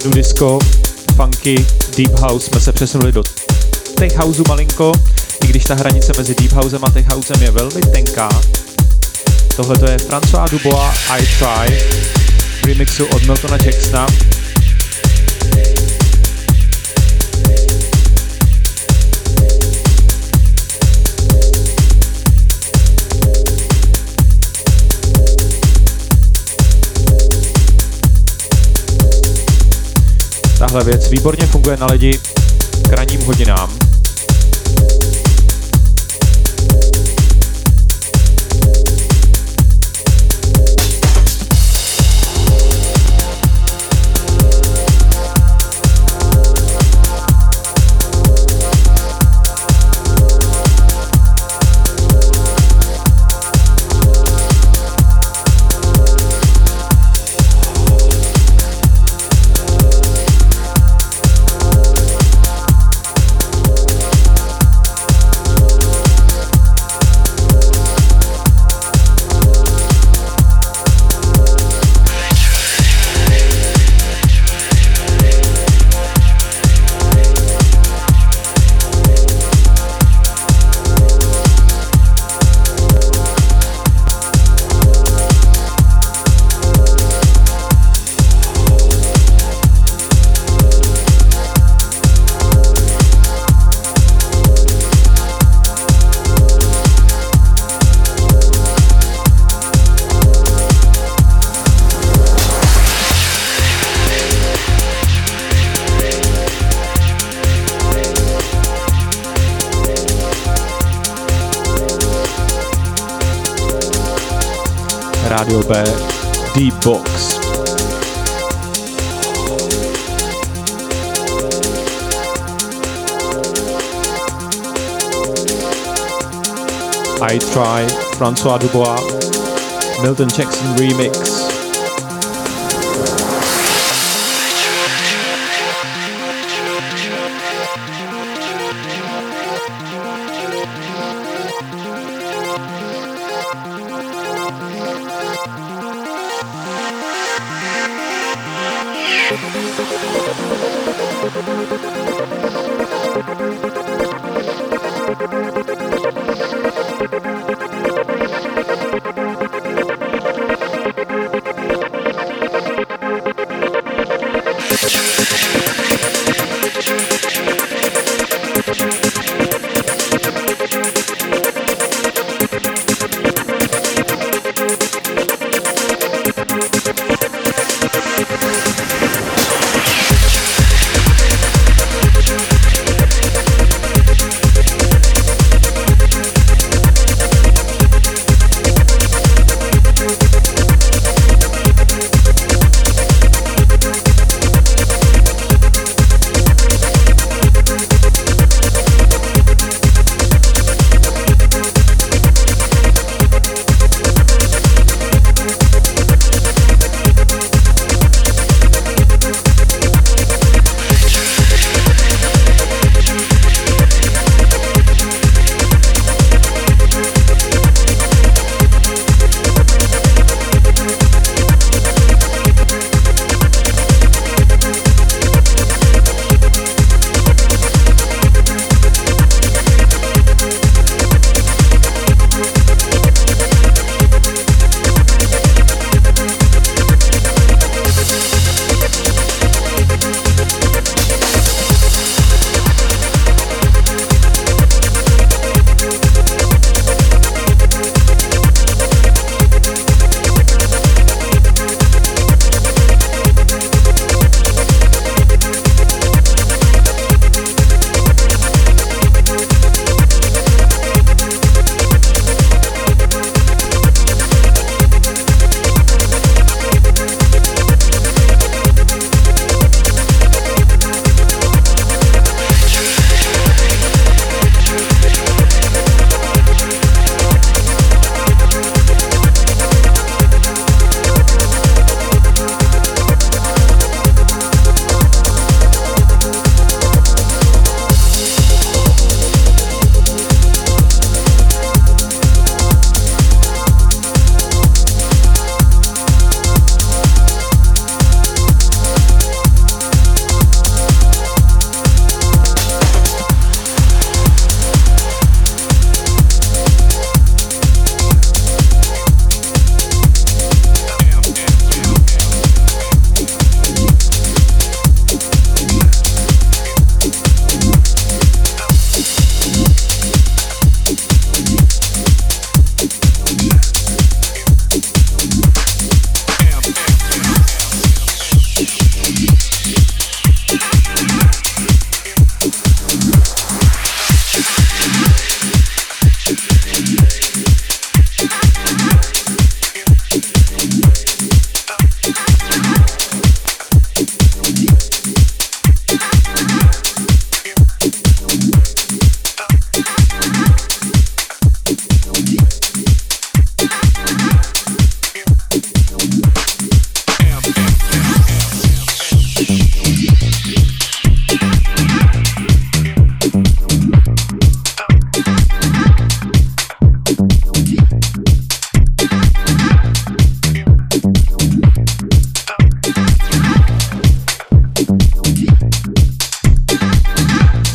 nu disco, funky, deep house jsme se přesunuli do tech houseu malinko, i když ta hranice mezi deep housem a tech housem je velmi tenká. Tohle to je François Dubois I Try v remixu od Miltona Jacksona. Tahle věc výborně funguje na lidi k ranním hodinám. Rádio B, D-Box. I Try, François Dubois, Milton Jackson remix.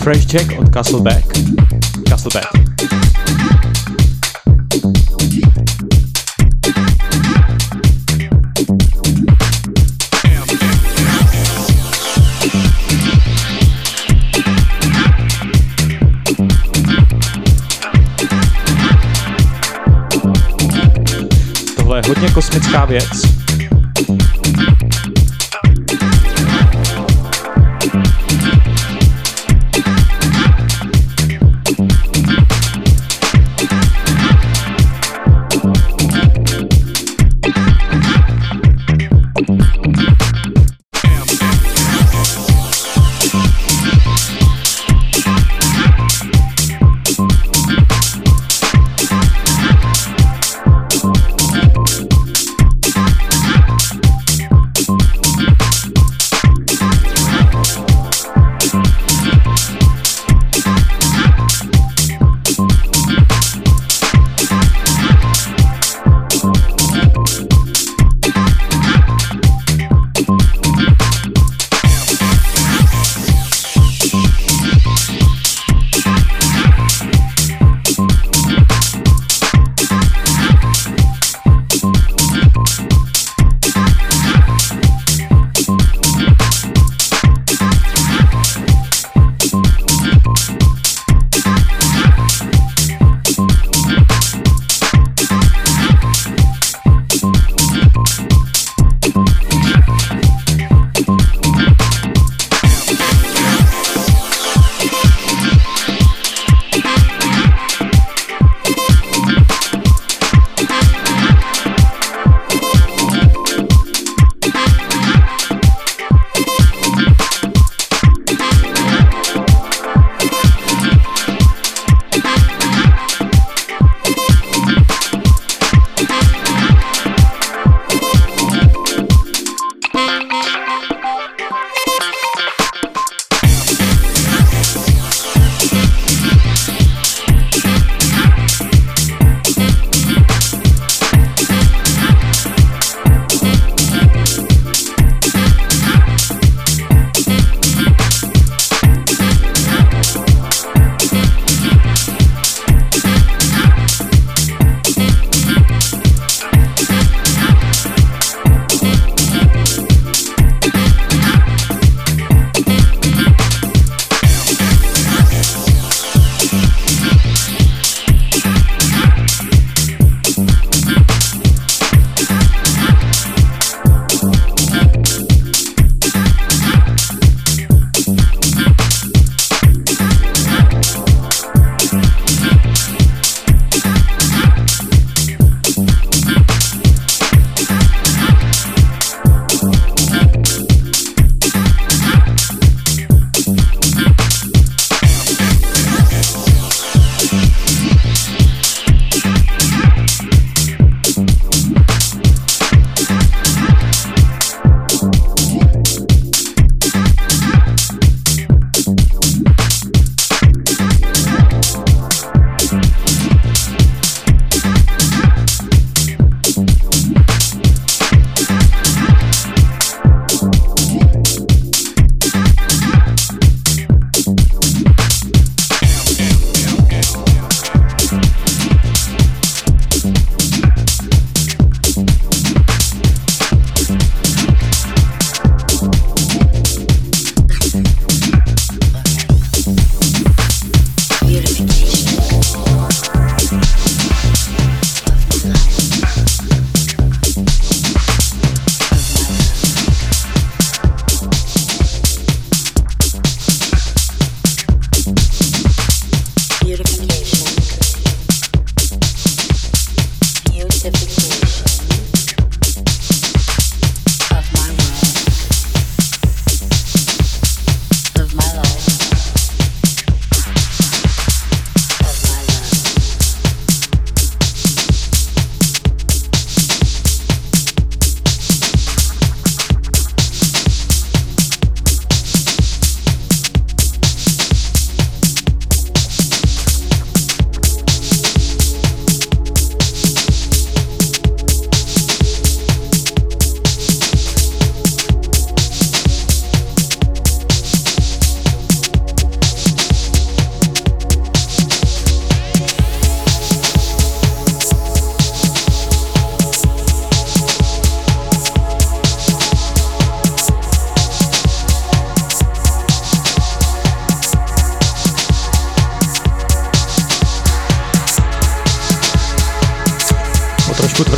Crashjack od Castleback. Castleback. Tohle je hodně kosmická věc.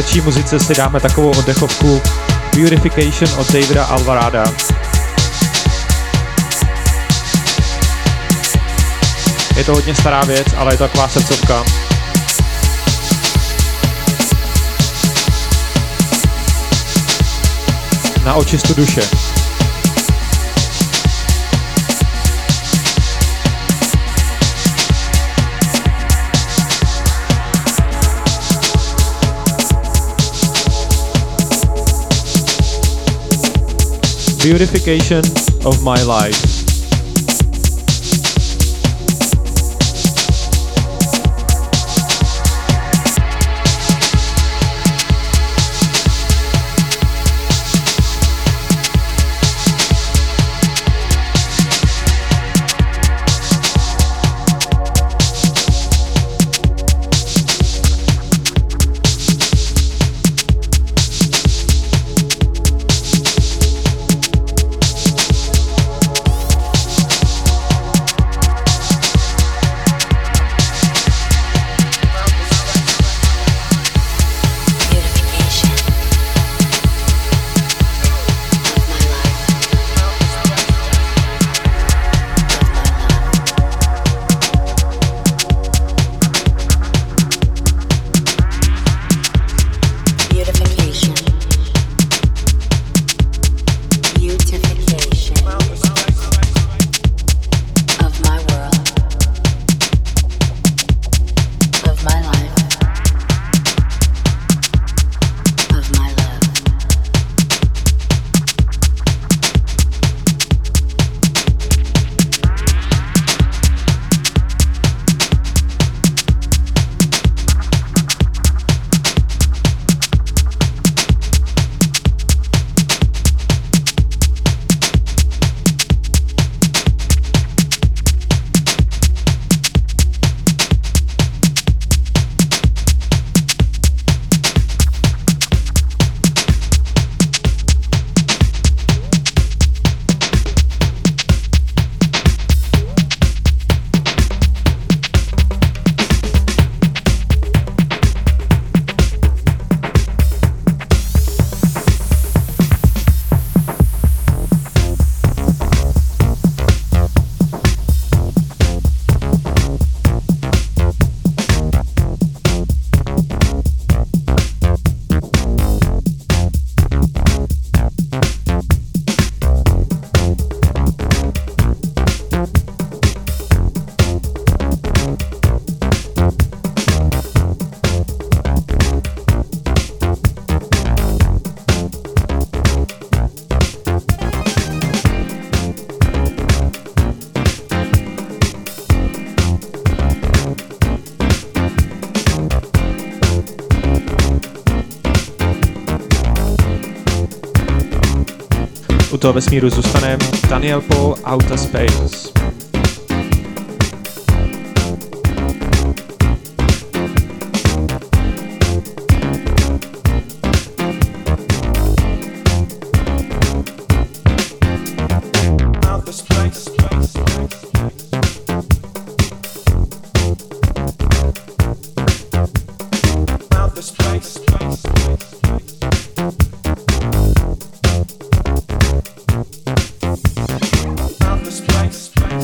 tvrdší muzice si dáme takovou oddechovku Beautification od Davida Alvarada. Je to hodně stará věc, ale je to taková srdcovka. Na očistu duše. Beautification of my life. U toho vesmíru zůstane Daniel Paul Outer Space. Space.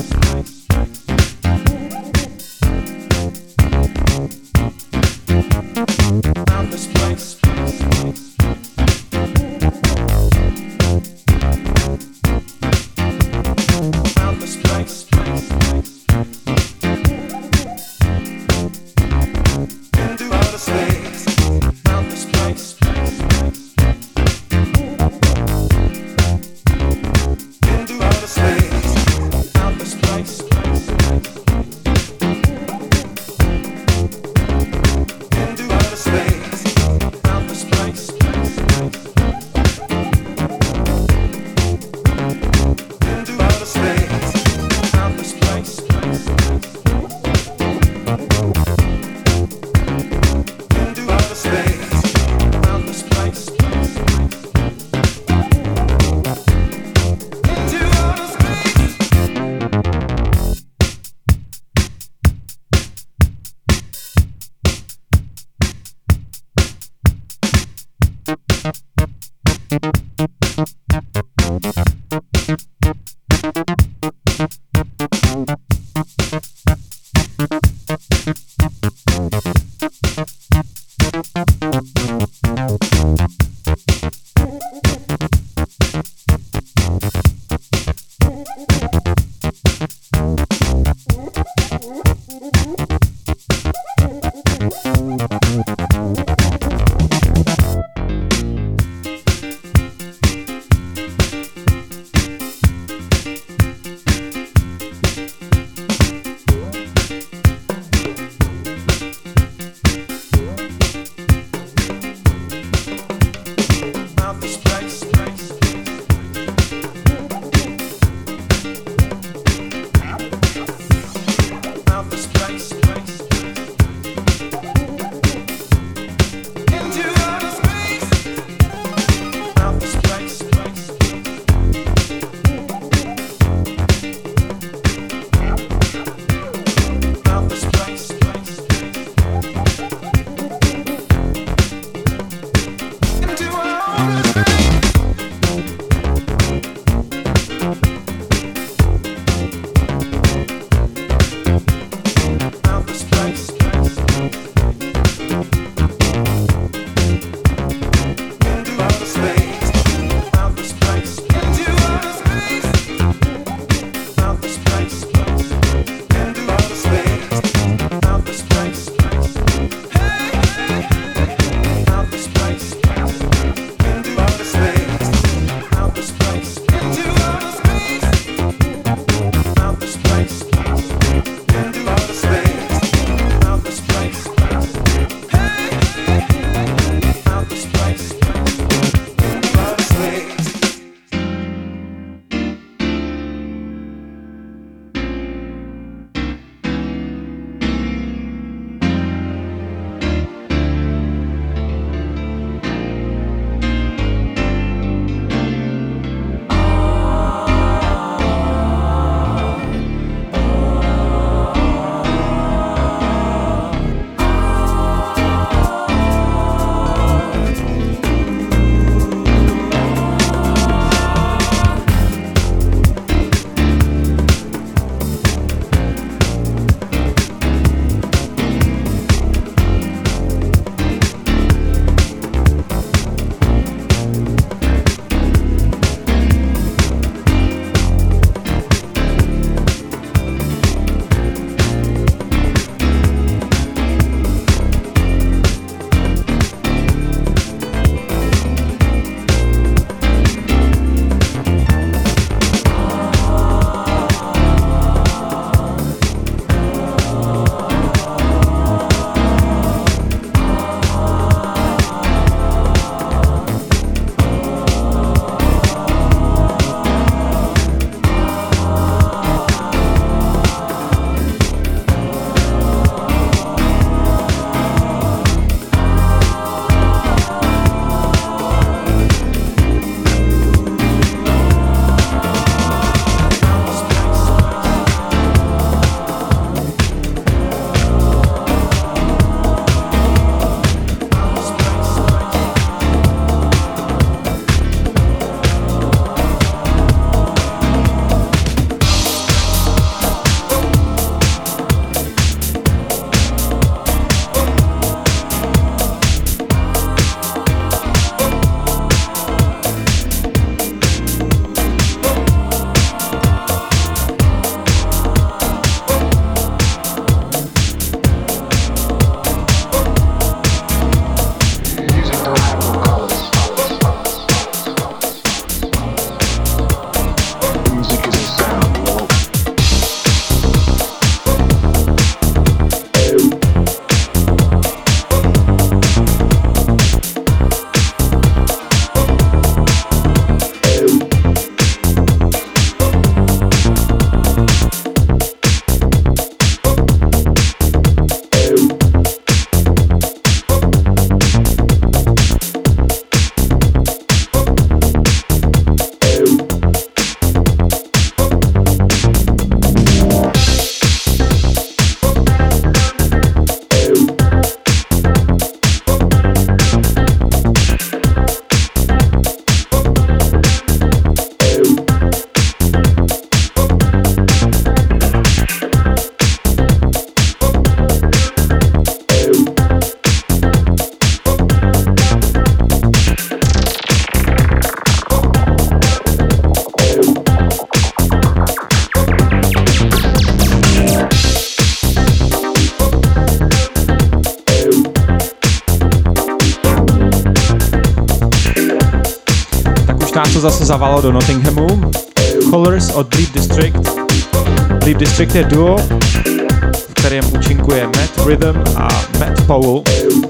Písnička, co zase zavalo do Nottinghamu. Colors od Bleep District. Bleep District je duo, v kterém účinkuje Matt Rhythm a Matt Powell.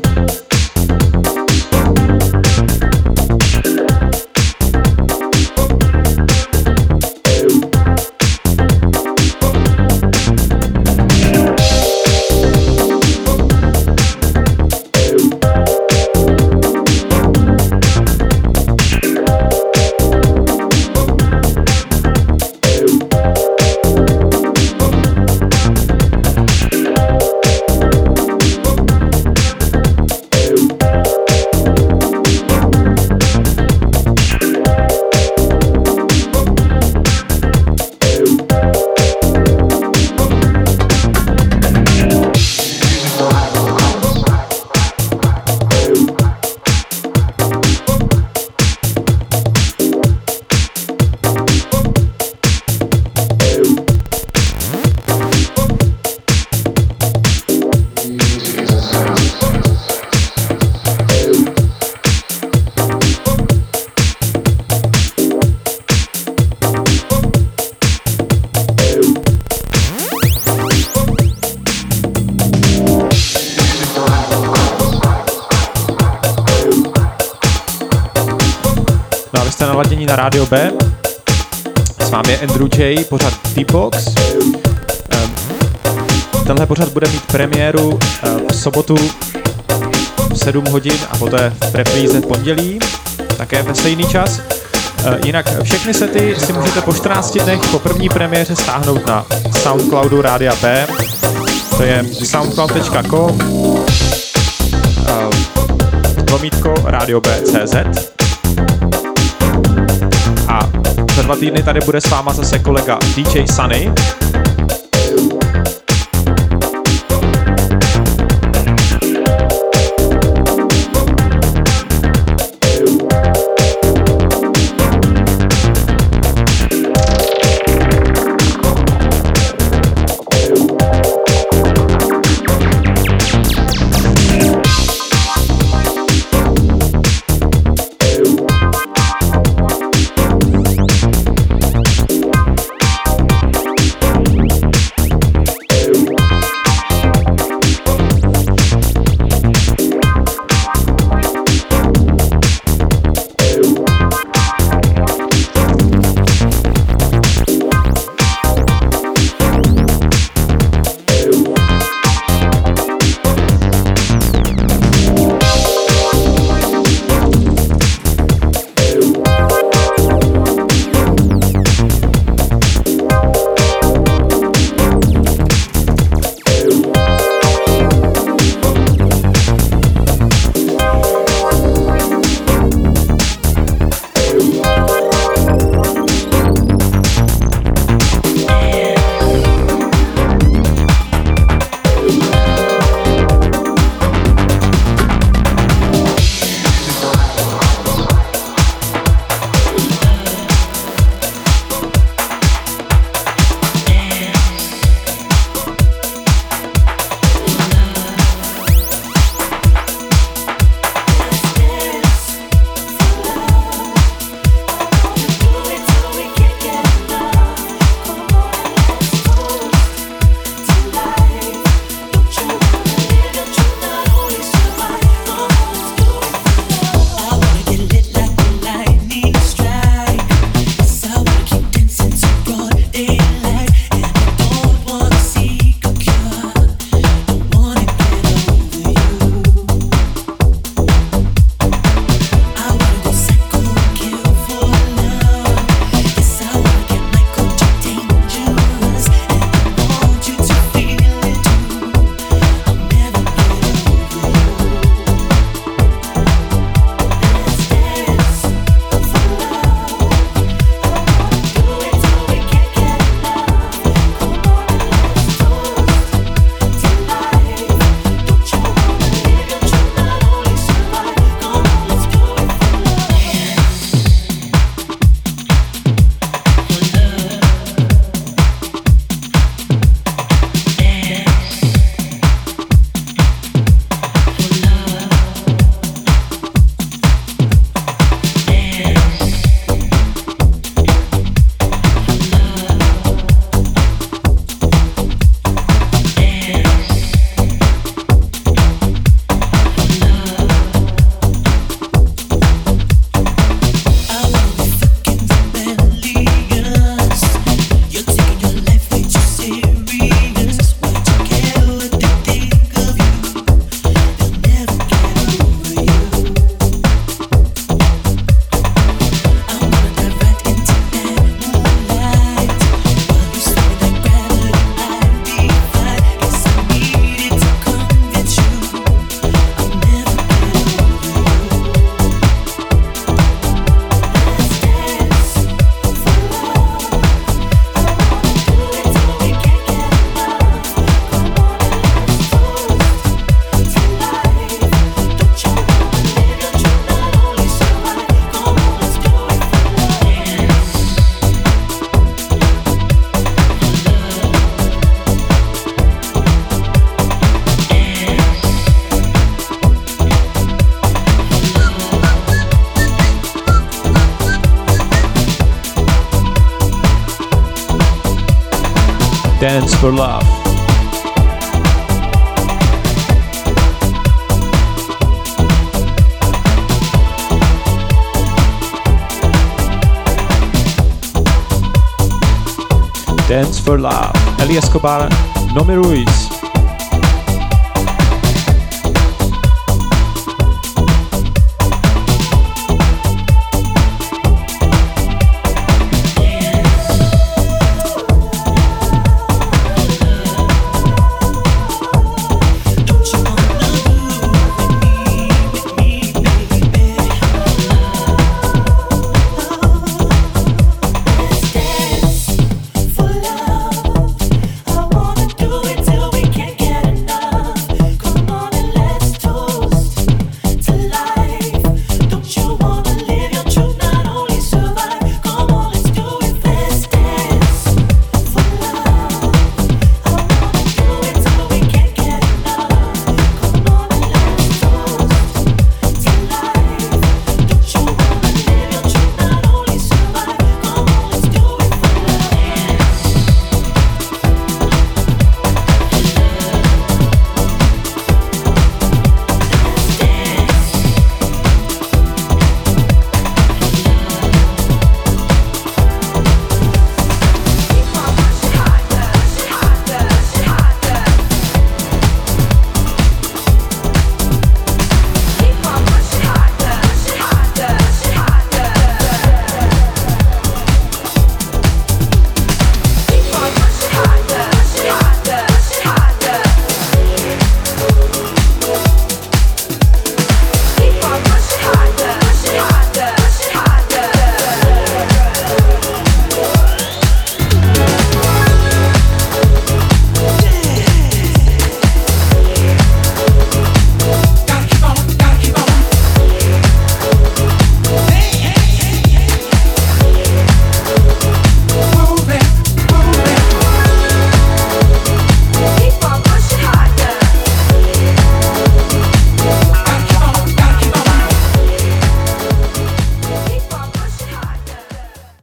Jste naladění na Rádio B. S vámi je Andrew J, pořad D-Box. Tenhle pořad bude mít premiéru v sobotu v sedm hodin a poté v repríze v pondělí, také ve stejný čas. Jinak všechny sety si můžete po čtrnácti dnech po první premiéře stáhnout na Soundcloudu Rádia B. To je soundcloud tečka com lomítko Radio B tečka cé zet. A za dva týdny tady bude s váma zase kolega D J Sunny. Dance for Love. Dance for Love. Eli Escobar, Nomi Ruiz.